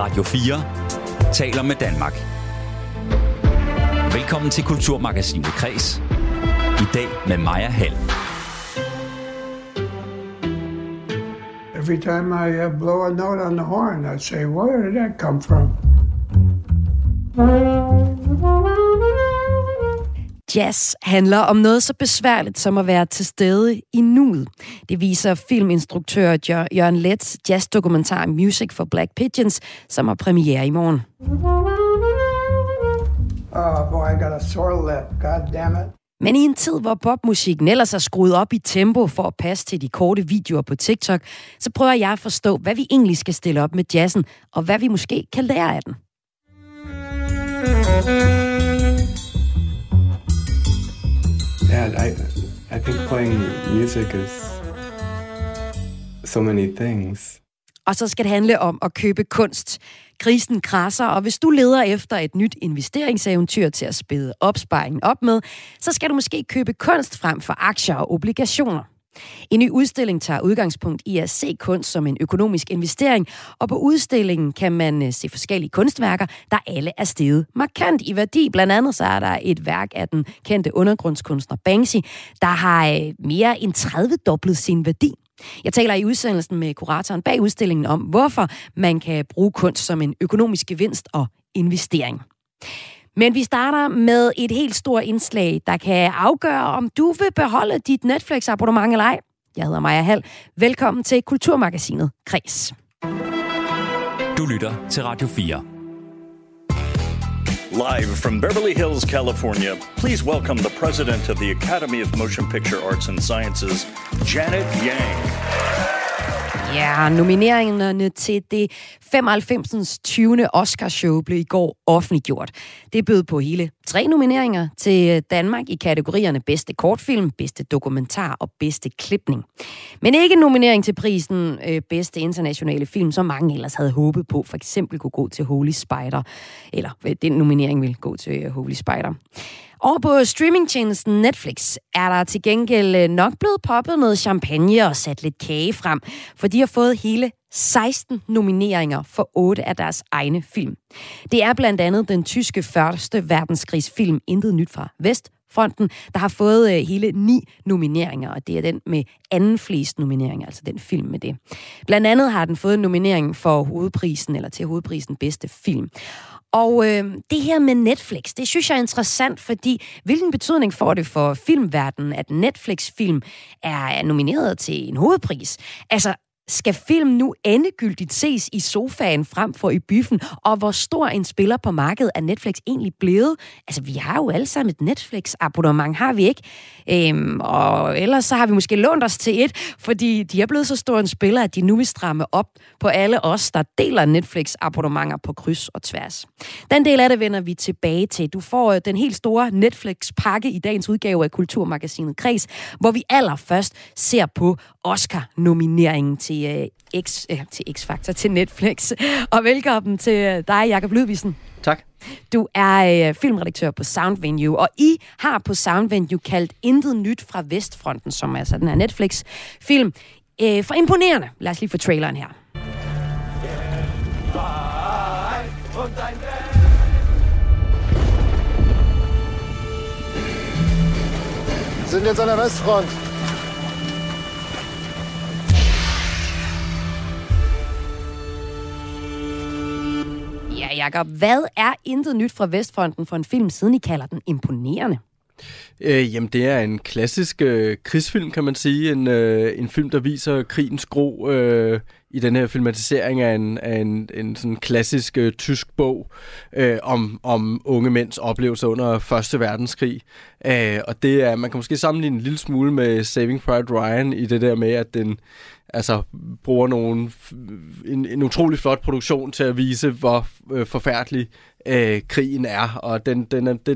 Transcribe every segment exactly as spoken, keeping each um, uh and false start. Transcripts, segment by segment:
Radio fire taler med Danmark. Velkommen til Kulturmagasinet Kreds. I dag med Maja Hall. Every time I uh, blow a note on the horn, I'd say, where did that come from? Jazz handler om noget så besværligt som at være til stede i nuet. Det viser filminstruktør Jørgen Leths jazzdokumentar Music for Black Pigeons, som har premiere i morgen. Oh boy, I got a sore lip. God damn it. Men i en tid, hvor popmusikken ellers er skruet op i tempo for at passe til de korte videoer på TikTok, så prøver jeg at forstå, hvad vi egentlig skal stille op med jazzen, og hvad vi måske kan lære af den. Yeah, I, I think playing music is so many things. Og så skal det handle om at købe kunst. Krisen krasser, og hvis du leder efter et nyt investeringseventyr til at spæde opsparingen op med, så skal du måske købe kunst frem for aktier og obligationer. En ny udstilling tager udgangspunkt i at se kunst som en økonomisk investering, og på udstillingen kan man se forskellige kunstværker, der alle er steget markant i værdi. Blandt andet så er der et værk af den kendte undergrundskunstner Banksy, der har mere end tredive-doblet sin værdi. Jeg taler i udsendelsen med kuratoren bag udstillingen om, hvorfor man kan bruge kunst som en økonomisk gevinst og investering. Men vi starter med et helt stort indslag, der kan afgøre, om du vil beholde dit Netflix-abonnement eller ej. Jeg hedder Maja Hall. Velkommen til Kulturmagasinet Kreds. Du lytter til Radio fire. Live from Beverly Hills, California, please welcome the president of the Academy of Motion Picture Arts and Sciences, Janet Yang. Ja, nomineringerne til det femoghalvfems. tyvende Oscarshow blev i går offentliggjort. Det bød på hele tre nomineringer til Danmark i kategorierne bedste kortfilm, bedste dokumentar og bedste klipning. Men ikke en nominering til prisen øh, bedste internationale film, som mange ellers havde håbet på, for eksempel kunne gå til Holy Spider. Eller øh, den nominering ville gå til øh, Holy Spider. Over på streamingtjenesten Netflix er der til gengæld nok blevet poppet noget champagne og sat lidt kage frem, for de har fået hele seksten nomineringer for otte af deres egne film. Det er blandt andet den tyske første verdenskrigsfilm Intet nyt fra Vestfronten, der har fået hele ni nomineringer, og det er den med anden flest nomineringer, altså den film med det. Blandt andet har den fået en nominering for hovedprisen, eller til hovedprisen bedste film. Og øh, det her med Netflix, det synes jeg er interessant, fordi hvilken betydning får det for filmverdenen, at Netflix-film er nomineret til en hovedpris? Altså, skal film nu endegyldigt ses i sofaen frem for i biffen? Og hvor stor en spiller på markedet er Netflix egentlig blevet? Altså, vi har jo alle sammen et Netflix-abonnement, har vi ikke? Øhm, og ellers så har vi måske lånt os til et, fordi de er blevet så stor en spiller, at de nu vil stramme op på alle os, der deler Netflix-abonnementer på kryds og tværs. Den del af det vender vi tilbage til. Du får den helt store Netflix-pakke i dagens udgave af Kulturmagasinet Kreds, hvor vi allerførst ser på Oscar-nomineringen til til, uh, X, uh, til X-Factor, til Netflix. Og velkommen til dig, Jakob Ludvigsen. Tak. Du er uh, filmredaktør på Soundvenue, og I har på Soundvenue kaldt Intet nyt fra Vestfronten, som er altså den her Netflix-film, uh, for imponerende. Lad os lige få traileren her. Wir sind jetzt an der Westfront. Ja, Jakob, hvad er Intet nyt fra Vestfronten for en film, siden I kalder den imponerende? Øh, jamen, det er en klassisk øh, krigsfilm, kan man sige. En, øh, en film, der viser krigens gro øh, i den her filmatisering af en, af en, en sådan klassisk øh, tysk bog øh, om, om unge mænds oplevelser under første verdenskrig. Øh, og det er, man kan måske sammenligne en lille smule med Saving Private Ryan i det der med, at den altså bruger nogle, en, en utrolig flot produktion til at vise, hvor øh, forfærdelig øh, krigen er. Og den, den er, den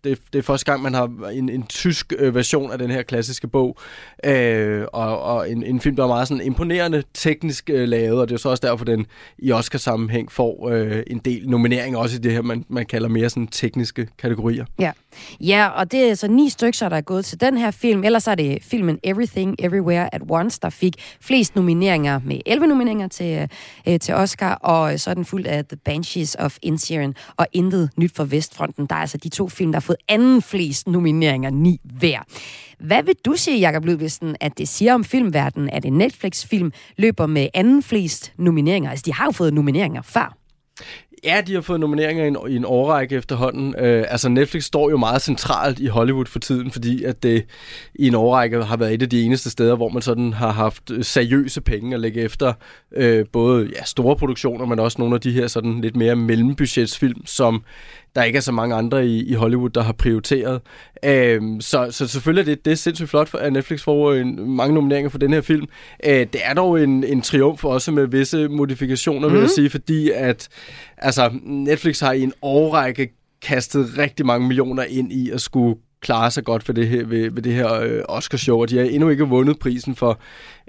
det, det er første gang, man har en, en tysk øh, version af den her klassiske bog, øh, og, og en, en film, der er meget sådan imponerende teknisk øh, lavet, og det er så også derfor, den i Oscar-sammenhæng får øh, en del nomineringer, også i det her, man, man kalder mere sådan tekniske kategorier. Ja. Ja, og det er så ni stykker, der er gået til den her film. Ellers er det filmen Everything, Everywhere at Once, der fik flest nomineringer med elleve nomineringer til, øh, til Oscar, og så er den fuldt af The Banshees of Inisherin og Intet nyt fra Vestfronten. Der er altså de to film, der har fået anden flest nomineringer, ni hver. Hvad vil du sige, Jakob Ludvigsen, at det siger om filmverdenen, at en Netflix-film løber med anden flest nomineringer? Altså, de har jo fået nomineringer før. Ja, de har fået nomineringer i en, i en årrække efterhånden. Øh, altså Netflix står jo meget centralt i Hollywood for tiden, fordi at det i en årrække har været et af de eneste steder, hvor man sådan har haft seriøse penge at lægge efter øh, både ja, store produktioner, men også nogle af de her sådan lidt mere mellembudgetsfilm, som der ikke er så mange andre i, i Hollywood, der har prioriteret. Øhm, så, så selvfølgelig er det, det er sindssygt flot, at Netflix får en, mange nomineringer for den her film. Øh, det er dog en, en triumf også med visse modifikationer, mm. vil jeg sige, fordi at altså, Netflix har i en årrække kastet rigtig mange millioner ind i at skulle klare sig godt for det her, ved, ved det her øh, Oscarshow, og de har endnu ikke vundet prisen for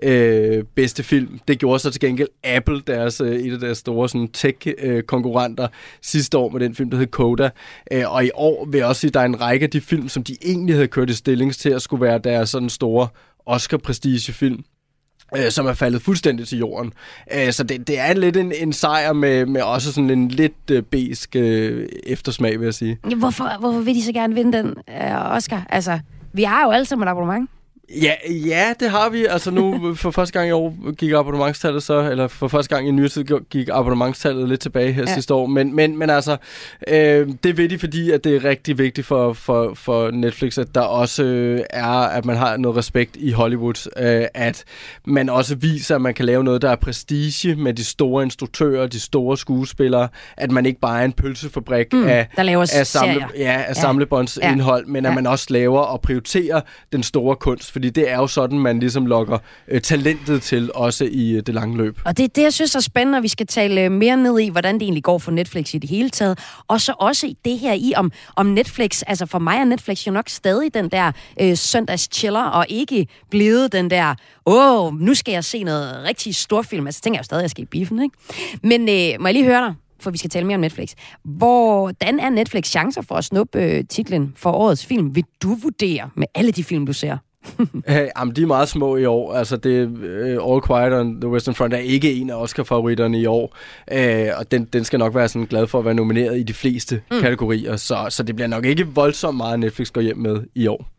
øh, bedste film. Det gjorde så til gengæld Apple, deres, øh, et af deres store sådan, tech-konkurrenter, øh, sidste år med den film, der hed Coda. Øh, og i år vil jeg også sige, at der er en række af de film, som de egentlig havde kørt i stillings til at skulle være deres sådan store Oscar-prestigefilm, Øh, som er faldet fuldstændig til jorden. Øh, så det, det er lidt en, en sejr med, med også sådan en lidt øh, besk øh, eftersmag, vil jeg sige. Hvorfor, hvorfor vil de så gerne vinde den øh, Oscar? Altså, vi har jo alle sammen et abonnement. Ja, ja, det har vi. Altså nu, for første gang i år gik abonnementstallet så, eller for første gang i nyere tid gik abonnementstallet lidt tilbage her ja. sidste år. Men, men, men altså, øh, det ved de, fordi at det er rigtig vigtigt for, for, for Netflix, at der også øh, er, at man har noget respekt i Hollywood. Øh, at man også viser, at man kan lave noget, der er prestige med de store instruktører, de store skuespillere. At man ikke bare er en pølsefabrik mm, af, af, samle, ja, af ja. samlebåndsindhold, ja. men at ja. man også laver og prioriterer den store kunst. Fordi det er jo sådan, man ligesom lokker øh, talentet til, også i øh, det lange løb. Og det er det, jeg synes er spændende, og vi skal tale mere ned i, hvordan det egentlig går for Netflix i det hele taget. Og så også i det her i, om, om Netflix, altså for mig er Netflix jo nok stadig den der øh, søndagschiller, og ikke blevet den der, åh, nu skal jeg se noget rigtig storfilm. Altså tænker jeg jo stadig, at jeg skal i biffen, ikke? Men øh, må jeg lige høre dig, for vi skal tale mere om Netflix. Hvordan er Netflix chancer for at snuppe øh, titlen for årets film? Vil du vurdere med alle de film, du ser? Hey, jamen, de er meget små i år. Altså, det uh, All Quiet on the Western Front er ikke en af Oscar-favoritterne i år. Uh, og den, den skal nok være sådan glad for at være nomineret i de fleste mm. kategorier. Så, så det bliver nok ikke voldsomt meget, Netflix går hjem med i år.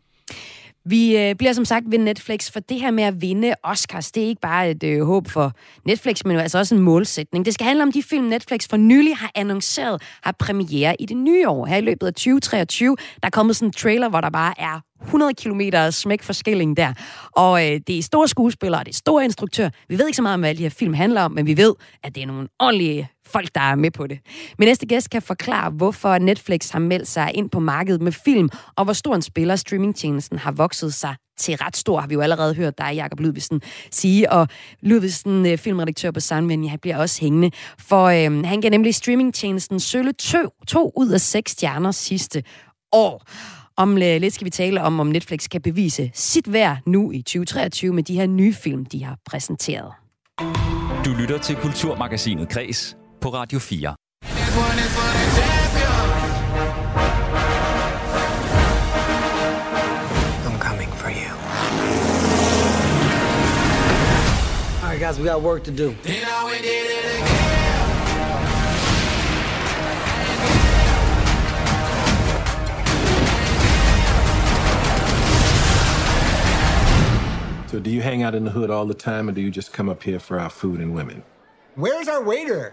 Vi øh, bliver som sagt ved Netflix, for det her med at vinde Oscars, det er ikke bare et øh, håb for Netflix, men altså også en målsætning. Det skal handle om de film, Netflix for nylig har annonceret har premiere i det nye år. Her i løbet af tyve treogtyve, der er kommet sådan en trailer, hvor der bare er hundrede kilometer smæk for skilling der. Og øh, det er store skuespillere, det er store instruktører. Vi ved ikke så meget om, hvad de her film handler om, men vi ved, at det er nogle ordentlige folk, der er med på det. Min næste gæst kan forklare, hvorfor Netflix har meldt sig ind på markedet med film, og hvor stor en spiller streamingtjenesten har vokset sig til ret stor, har vi jo allerede hørt dig, Jakob Ludvigsen, sige. Og Ludvigsen, filmredaktør på Soundvenue, han bliver også hængende, for øh, han gav nemlig streamingtjenesten sølle to, to ud af seks stjerner sidste år. Om lidt skal vi tale om, om Netflix kan bevise sit værd nu i tyve treogtyve med de her nye film, de har præsenteret. Du lytter til Kulturmagasinet Kres på Radio fire. I'm coming for you. All right, guys, we got work to do. So do you hang out in the hood all the time, or do you just come up here for our food and women? Where's our waiter?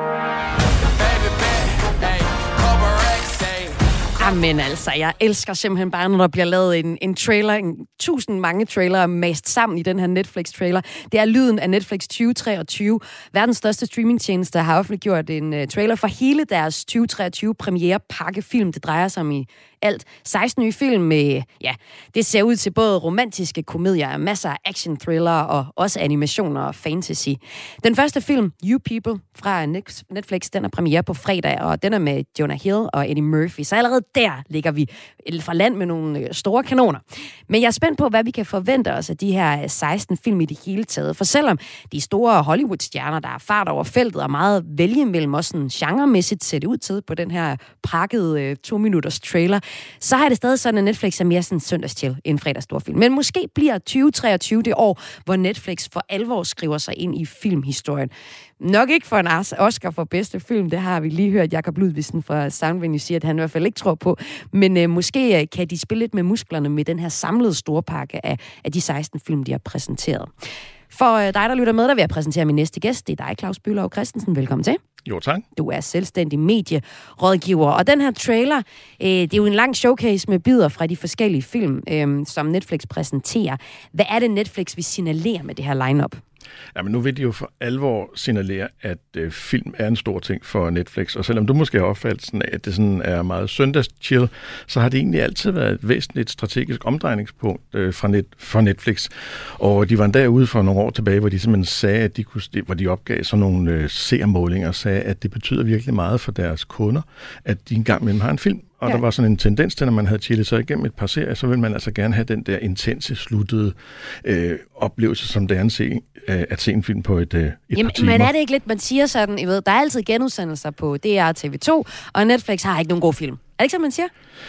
Jamen altså, jeg elsker simpelthen bare, når der bliver lavet en, en trailer, en tusind mange trailere mast sammen i den her Netflix-trailer. Det er lyden af Netflix tyve treogtyve. Verdens største streamingtjeneste har offentliggjort en uh, trailer for hele deres tyve treogtyve premiere-pakkefilm. Det drejer sig om i alt seksten nye film med, ja, det ser ud til både romantiske komedier, masser af action-thriller og også animationer og fantasy. Den første film, You People, fra Netflix, den er premiere på fredag, og den er med Jonah Hill og Eddie Murphy. Så allerede der ligger vi fra land med nogle store kanoner. Men jeg er spændt på, hvad vi kan forvente os af de her seksten film i det hele taget. For selvom de store Hollywood-stjerner, der er fart over feltet og meget vælge mellem også sådan genremæssigt ser det ud til på den her pakkede øh, to-minutters trailer, så har det stadig sådan, at Netflix er mere sådan søndagschill end fredagsstorfilm. Men måske bliver tyve treogtyve det år, hvor Netflix for alvor skriver sig ind i filmhistorien. Nok ikke for en Oscar for bedste film, det har vi lige hørt Jakob Ludvigsen fra Soundvenue sige, at han i hvert fald ikke tror på. Men øh, måske kan de spille lidt med musklerne med den her samlede storpakke af, af de seksten film, de har præsenteret. For øh, dig, der lytter med, der vil jeg præsentere min næste gæst. Det er dig, Claus Bülow Christensen. Velkommen til. Jo, tak. Du er selvstændig medierådgiver, og den her trailer, øh, det er jo en lang showcase med bidder fra de forskellige film, øh, som Netflix præsenterer. Hvad er det, Netflix vil signalere med det her lineup? Ja, men nu vil de jo for alvor signalere, at øh, film er en stor ting for Netflix, og selvom du måske har opfattelsen af, at det sådan er meget søndagschill, så har det egentlig altid været et væsentligt strategisk omdrejningspunkt øh, fra net, for Netflix. Og de var endda ude for nogle år tilbage, hvor de simpelthen sagde, at de kunne, hvor de opgav sådan nogle øh, seermålinger og sagde, at det betyder virkelig meget for deres kunder, at de engang imellem har en film. Og ja. Der var sådan en tendens til, når man havde chillet sig igennem et par serier, så ville man altså gerne have den der intense, sluttede øh, oplevelse, som det er at se, øh, at se en film på et, øh, et Jamen, par timer. Men er det ikke lidt, man siger sådan, I ved, der er altid genudsendelser på D R og T V to, og Netflix har ikke nogen god film. Er det ikke sådan, man siger?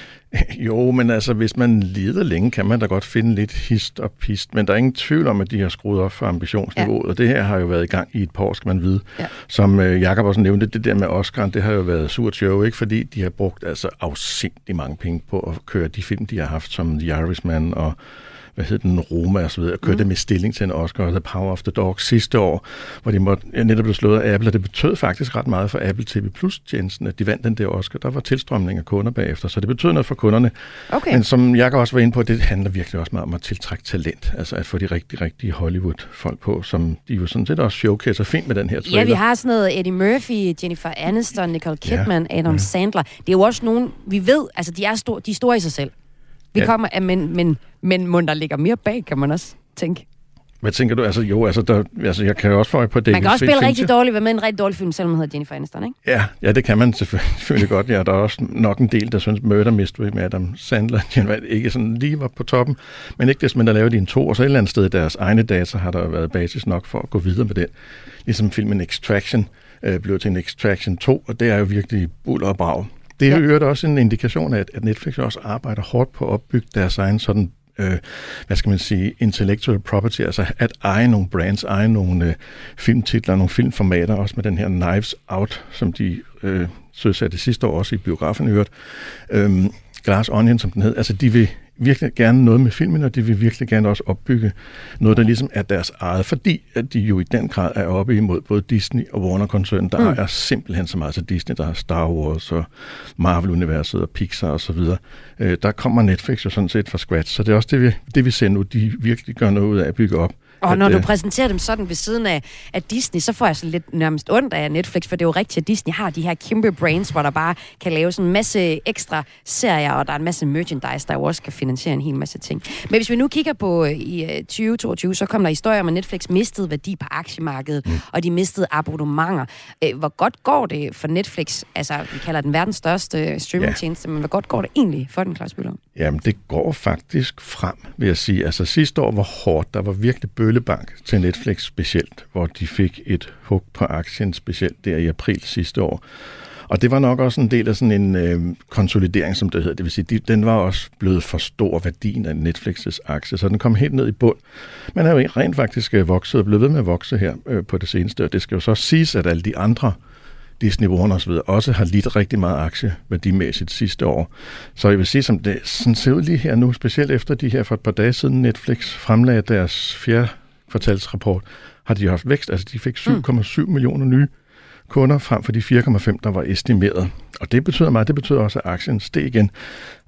Jo, men altså, hvis man leder længe, kan man da godt finde lidt hist og pist, men der er ingen tvivl om, at de har skruet op for ambitionsniveauet, ja. Og det her har jo været i gang i et par år, skal man vide. Ja. Som øh, Jakob også nævnte, det der med Oscar'en, det har jo været surt show, ikke? Fordi de har brugt altså afsindig mange penge på at køre de film, de har haft, som The Irishman og hvad hed den, Roma og så videre, og kørte mm. med stilling til en Oscar, The Power of the Dog sidste år, hvor de måtte, ja, netop blev slået af Apple, og det betød faktisk ret meget for Apple T V Plus-tjenesten, at de vandt den der Oscar. Der var tilstrømning af kunder bagefter, så det betød noget for kunderne. Okay. Men som jeg også var inde på, det handler virkelig også meget om at tiltrække talent, altså at få de rigtig, rigtige Hollywood-folk på, som de jo sådan set også showcaser fint med den her trailer. Ja, vi har sådan noget Eddie Murphy, Jennifer Aniston, Nicole Kidman, ja. Adam ja. Sandler. Det er jo også nogen, vi ved, altså de er, stor, de er store i sig selv. Vi ja. kommer af, men, men, men må der ligger mere bag, kan man også tænke. Hvad tænker du? Altså, jo, altså, der, altså jeg kan jo også få på David. Man kan også spille rigtig dårligt, være med en rigtig dårlig film, selvom man hedder Jennifer Aniston, ikke? Ja, ja, det kan man selvfølgelig godt. Ja, der er også nok en del, der synes, Murder Mystery med Adam Sandler ikke sådan lige var på toppen, men ikke det, men der lavede de en to, og så et eller andet sted i deres egne data har der været basis nok for at gå videre med den. Ligesom filmen Extraction øh, blev til en Extraction to, og det er jo virkelig buller og brag. Det er jo ja. også en indikation af, at Netflix også arbejder hårdt på at opbygge deres egen sådan, øh, hvad skal man sige, intellectual property, altså at eje nogle brands, eje nogle øh, filmtitler, nogle filmformater, også med den her Knives Out, som de øh, søsatte sidste år også i biografen i øvrigt. Øh, Glass Onion, som den hed. Altså, de vil virkelig gerne noget med filmen, og de vil virkelig gerne også opbygge noget, der ligesom er deres eget, fordi at de jo i den grad er oppe imod både Disney og Warner-koncernen. Der mm. er simpelthen så meget til Disney, der har Star Wars og Marvel-universet og Pixar og så videre. Øh, der kommer Netflix jo sådan set fra scratch, så det er også det, vi, det, vi ser nu. De virkelig gør noget ud af at bygge op. Og at, når du øh, præsenterer dem sådan ved siden af, af Disney, så får jeg sådan lidt nærmest ondt af Netflix, for det er jo rigtigt, at Disney har de her kæmpe brains, hvor der bare kan lave sådan en masse ekstra serier, og der er en masse merchandise, der jo også kan finansiere en hel masse ting. Men hvis vi nu kigger på i tyve toogtyve, så kom der historier om, at Netflix mistede værdi på aktiemarkedet, mm. og de mistede abonnementer. Hvor godt går det for Netflix? Altså, vi kalder den verdens største streamingtjeneste, ja. Men hvor godt går det egentlig for den, Claus Bülow? Jamen, det går faktisk frem, vil jeg sige. Altså, sidste år var hårdt. Der var virkelig bøllebank til Netflix specielt, hvor de fik et hug på aktien specielt der i april sidste år. Og det var nok også en del af sådan en øh, konsolidering, som det hedder. Det vil sige, de, den var også blevet for stor værdien af Netflix's aktie, så den kom helt ned i bund. Man har jo rent faktisk vokset og blevet ved med at vokse her øh, på det seneste, og det skal jo så siges, at alle de andre Disney, Warner og så videre, også har lidt rigtig meget aktieværdimæssigt sidste år. Så jeg vil sige, som det sådan ser ud lige her nu, specielt efter de her for et par dage siden Netflix fremlagde deres fjerde kvartalsrapport, har de haft vækst. Altså de fik syv komma syv mm. millioner nye kunder frem for de fire komma fem, der var estimeret. Og det betyder meget, det betyder også, at aktien steg igen.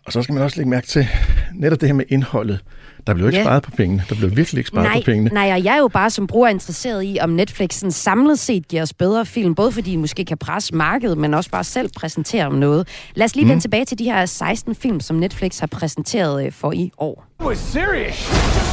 Og så skal man også lægge mærke til netop det her med indholdet. Der blev ikke yeah. sparet på pengene. Der blev virkelig ikke sparet nej, på pengene. Nej, og jeg er jo bare som bruger interesseret i, om Netflix sådan samlet set giver os bedre film, både fordi de måske kan presse markedet, men også bare selv præsentere om noget. Lad os lige vende mm. tilbage til de her seksten film, som Netflix har præsenteret for i år. Oh, serious.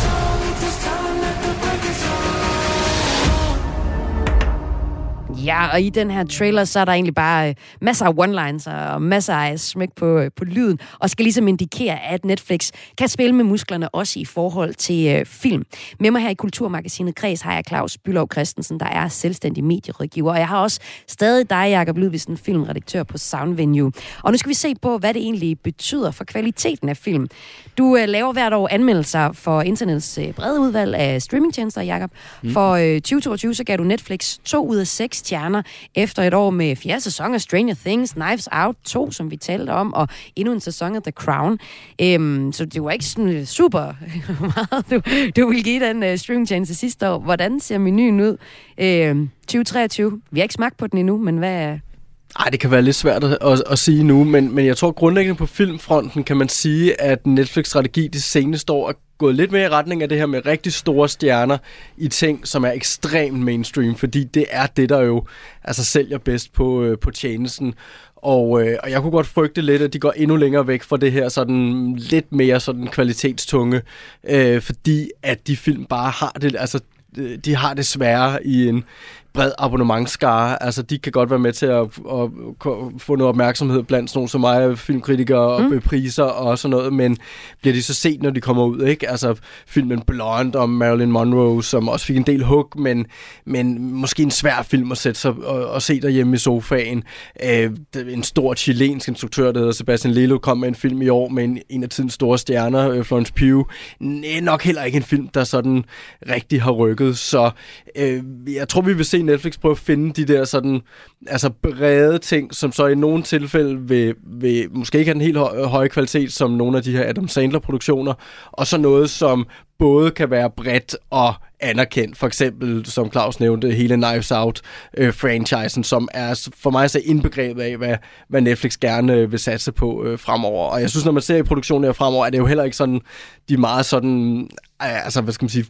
Ja, og i den her trailer, så er der egentlig bare øh, masser af one-lines og masser af smæk på, øh, på lyden, og skal ligesom indikere, at Netflix kan spille med musklerne også i forhold til øh, film. Med mig her i Kulturmagasinet Kreds har jeg Claus Bülow Christensen, der er selvstændig medierådgiver, og jeg har også stadig dig, Jakob Ludvigsen, filmredaktør på Soundvenue. Og nu skal vi se på, hvad det egentlig betyder for kvaliteten af film. Du øh, laver hvert år anmeldelser for internets øh, brede udvalg af streamingtjenester, Jakob. Mm. For øh, tyve toogtyve så gav du Netflix to ud af seks stjerner efter et år med fjerde sæson af Stranger Things, Knives Out to, som vi talte om, og endnu en sæson af The Crown. Øhm, så det var ikke sådan super meget, du, du ville give den uh, streamingtjeneste sidste år. Hvordan ser menuen ud? Øhm, tyve treogtyve. Vi har ikke smagt på den endnu, men hvad... Ej, det kan være lidt svært at, at, at sige nu, men, men jeg tror grundlæggende på filmfronten kan man sige, at Netflix-strategi det seneste år er gået lidt mere i retning af det her med rigtig store stjerner i ting, som er ekstremt mainstream, fordi det er det, der jo altså sælger bedst på, øh, på tjenesten. Og, øh, og jeg kunne godt frygte lidt, at de går endnu længere væk fra det her sådan lidt mere sådan kvalitetstunge, øh, fordi at de film bare har det, altså de har det sværere i en bred abonnementsskare. Altså, de kan godt være med til at, at, at få noget opmærksomhed blandt sådan nogle som mig, filmkritikere og mm. priser og sådan noget, men bliver de så set, når de kommer ud, ikke? Altså, filmen Blonde om Marilyn Monroe, som også fik en del hug, men, men måske en svær film at sætte sig og, og se derhjemme i sofaen. Øh, en stor chilensk instruktør, der hedder Sebastian Lelio, kom med en film i år med en, en af tidens store stjerner, Florence Pugh. Næh, nok heller ikke en film, der sådan rigtig har rykket, så øh, jeg tror, vi vil se Netflix prøve at finde de der sådan, altså brede ting, som så i nogle tilfælde vil, vil måske ikke have den helt hø- høje kvalitet som nogle af de her Adam Sandler-produktioner, og så noget, som både kan være bredt og anerkendt. For eksempel, som Claus nævnte, hele Knives Out-franchisen, øh, som er for mig så indbegrebet af, hvad, hvad Netflix gerne øh, vil satse på øh, fremover. Og jeg synes, når man ser i produktionen her fremover, er det jo heller ikke sådan, de meget sådan, altså, hvad skal man sige,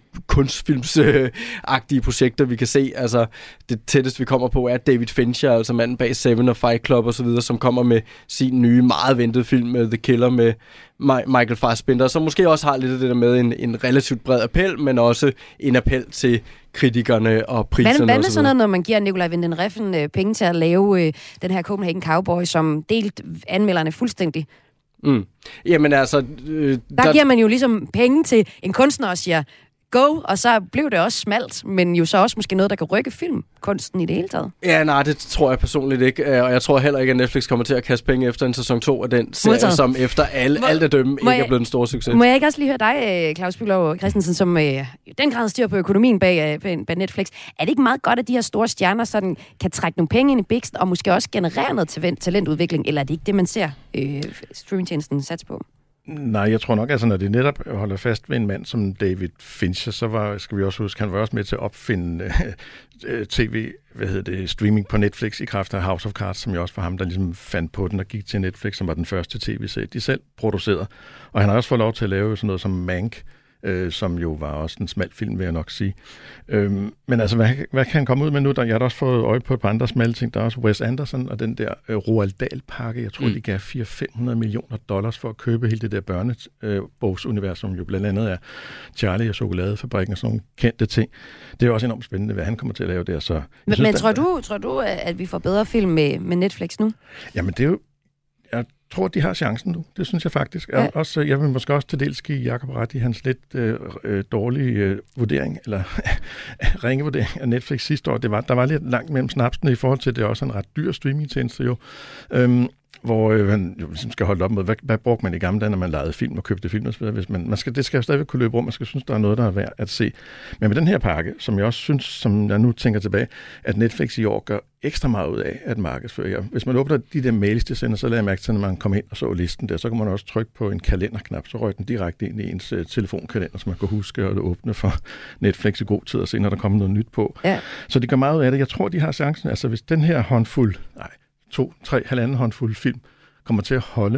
kunstfilmsagtige projekter, vi kan se. Altså, det tætteste, vi kommer på, er David Fincher, altså manden bag Seven og Fight Club og så videre, som kommer med sin nye, meget ventede film, The Killer, med Michael Fassbender, som måske også har lidt af det der med en, en relativt bred appel, men også en appel til kritikerne og priserne. Hvad, hvad med og sådan noget, når man giver Nikolaj Winding Refn øh, penge til at lave øh, den her Copenhagen Cowboy, som delt anmelderne fuldstændig? Mm. Jamen altså... Øh, der, der giver man jo ligesom penge til en kunstner og siger, go, og så blev det også smalt, men jo så også måske noget, der kan rykke filmkunsten i det hele taget. Ja, nej, det tror jeg personligt ikke, og jeg tror heller ikke, at Netflix kommer til at kaste penge efter en sæson to af den serie, Modtaget. Som efter alle, må, alt at dømme ikke jeg, er blevet en stor succes. Må jeg ikke også lige høre dig, Claus Bülow Christensen, som øh, i den grad styrer på økonomien bag, øh, bag Netflix. Er det ikke meget godt, at de her store stjerner sådan, kan trække nogle penge ind i biksen, og måske også generere noget talentudvikling, eller er det ikke det, man ser øh, streamingtjenesten sats på? Nej, jeg tror nok, altså når de netop holder fast ved en mand som David Fincher, så var, skal vi også huske, han var også med til at opfinde øh, tv, hvad hedder det, streaming på Netflix i kraft af House of Cards, som jo også var ham, der ligesom fandt på den og gik til Netflix, som var den første tv-serie, de selv producerede. Og han har også fået lov til at lave sådan noget som Mank, øh, som jo var også en smal film, vil jeg nok sige. Øhm, men altså, hvad, hvad kan han komme ud med nu? Der, jeg har også fået øje på et par andre smalle ting. Der er også Wes Anderson og den der øh, Roald Dahl-pakke. Jeg tror, mm. de gav fire til fem hundrede millioner dollars for at købe hele det der børnebogsunivers, som jo blandt andet er Charlie og Chokoladefabrikken og sådan nogle kendte ting. Det er jo også enormt spændende, hvad han kommer til at lave der. Så men synes, men der, tror, du, tror du, at vi får bedre film med, med Netflix nu? Jamen, det er jo... Jeg tror, de har chancen nu. Det synes jeg faktisk. Ja. Også, jeg vil måske også til dels give Jacob ret i hans lidt øh, øh, dårlige øh, vurdering, eller ringe vurdering af Netflix sidste år. Det var, der var lidt langt mellem snapsene i forhold til, at det er også en ret dyr streamingtjeneste jo. Øhm, hvor øh, man jo ligesom skal holde op med, hvad, hvad brugte man i gamle dage, når man lavede film og købte film og så videre. Hvis man, man skal, det skal jo stadigvæk kunne løbe rum, man skal synes, der er noget, der er værd at se. Men med den her pakke, som jeg også synes, som jeg nu tænker tilbage, at Netflix i år gør ekstra meget ud af at markedsføre. Hvis man åbner de der mails, de sender, så lader jeg mærke til, når man kommer ind og så listen der, så kan man også trykke på en kalenderknap, så rører den direkte ind i ens uh, telefonkalender, så man kan huske at åbne for Netflix i god tid og se, når der kommer noget nyt på. Ja. Så de gør meget ud af det. Jeg tror, de har chancen. Altså hvis den her håndfuld, nej, to, tre, halvanden håndfuld film kommer til at holde,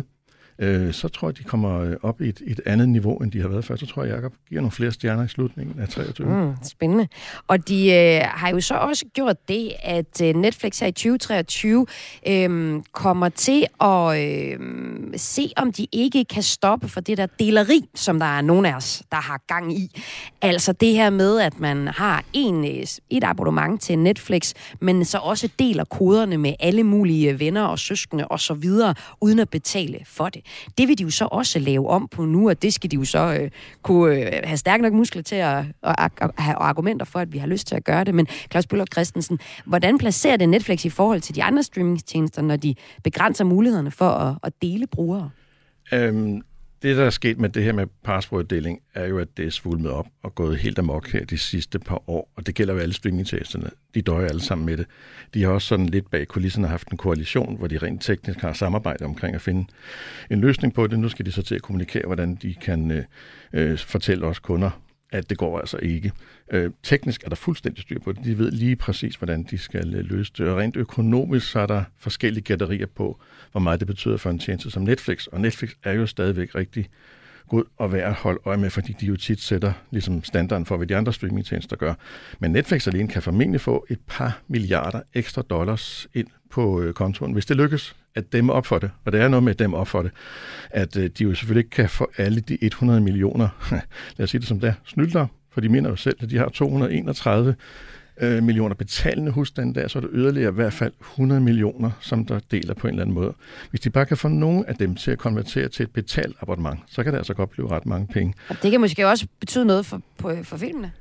øh, så tror jeg, de kommer op i et, et andet niveau, end de har været før. Så tror jeg, Jacob giver nogle flere stjerner i slutningen af treogtyve. Mm, spændende. Og de øh, har jo så også gjort det, at øh, Netflix her i tyve treogtyve øh, kommer til at øh, se, om de ikke kan stoppe for det der deleri, som der er nogen af os, der har gang i. Altså det her med, at man har en, et abonnement til Netflix, men så også deler koderne med alle mulige venner og søskende og så videre, uden at betale for det. Det vil de jo så også lave om på nu, og det skal de jo så øh, kunne øh, have stærke nok muskler til at, at, at have argumenter for, at vi har lyst til at gøre det. Men Claus Bøller Christensen, hvordan placerer det Netflix i forhold til de andre streamingtjenester, når de begrænser mulighederne for at, at dele brugere? Øhm, det, der er sket med det her med passworddeling, er jo, at det er svulmet op og gået helt amok her de sidste par år. Og det gælder jo alle streamingtjenesterne. De døjer alle sammen med det. De har også sådan lidt bag kulisserne haft en koalition, hvor de rent teknisk har samarbejdet omkring at finde en løsning på det. Nu skal de så til at kommunikere, hvordan de kan øh, øh, fortælle os kunder, at det går altså ikke. Øh, teknisk er der fuldstændig styr på det. De ved lige præcis, hvordan de skal øh, løse det. Og rent økonomisk så er der forskellige gætterier på, hvor meget det betyder for en tjeneste som Netflix. Og Netflix er jo stadigvæk rigtig god og værd at holde øje med, fordi de jo tit sætter ligesom standarden for, hvad de andre streamingtjenester gør. Men Netflix alene kan formentlig få et par milliarder ekstra dollars ind på øh, kontoen, hvis det lykkes at dæmme op for det. Og det er noget med at dæmme op for det, at øh, de jo selvfølgelig ikke kan få alle de hundrede millioner, lad os sige det som det er, snylder, for de mener jo selv, at de har to hundrede og enogtredive øh, millioner betalende husstande der, så er det yderligere i hvert fald hundrede millioner, som der deler på en eller anden måde. Hvis de bare kan få nogen af dem til at konvertere til et betalt abonnement, så kan det altså godt blive ret mange penge. Og det kan måske også betyde noget for, på, for filmene?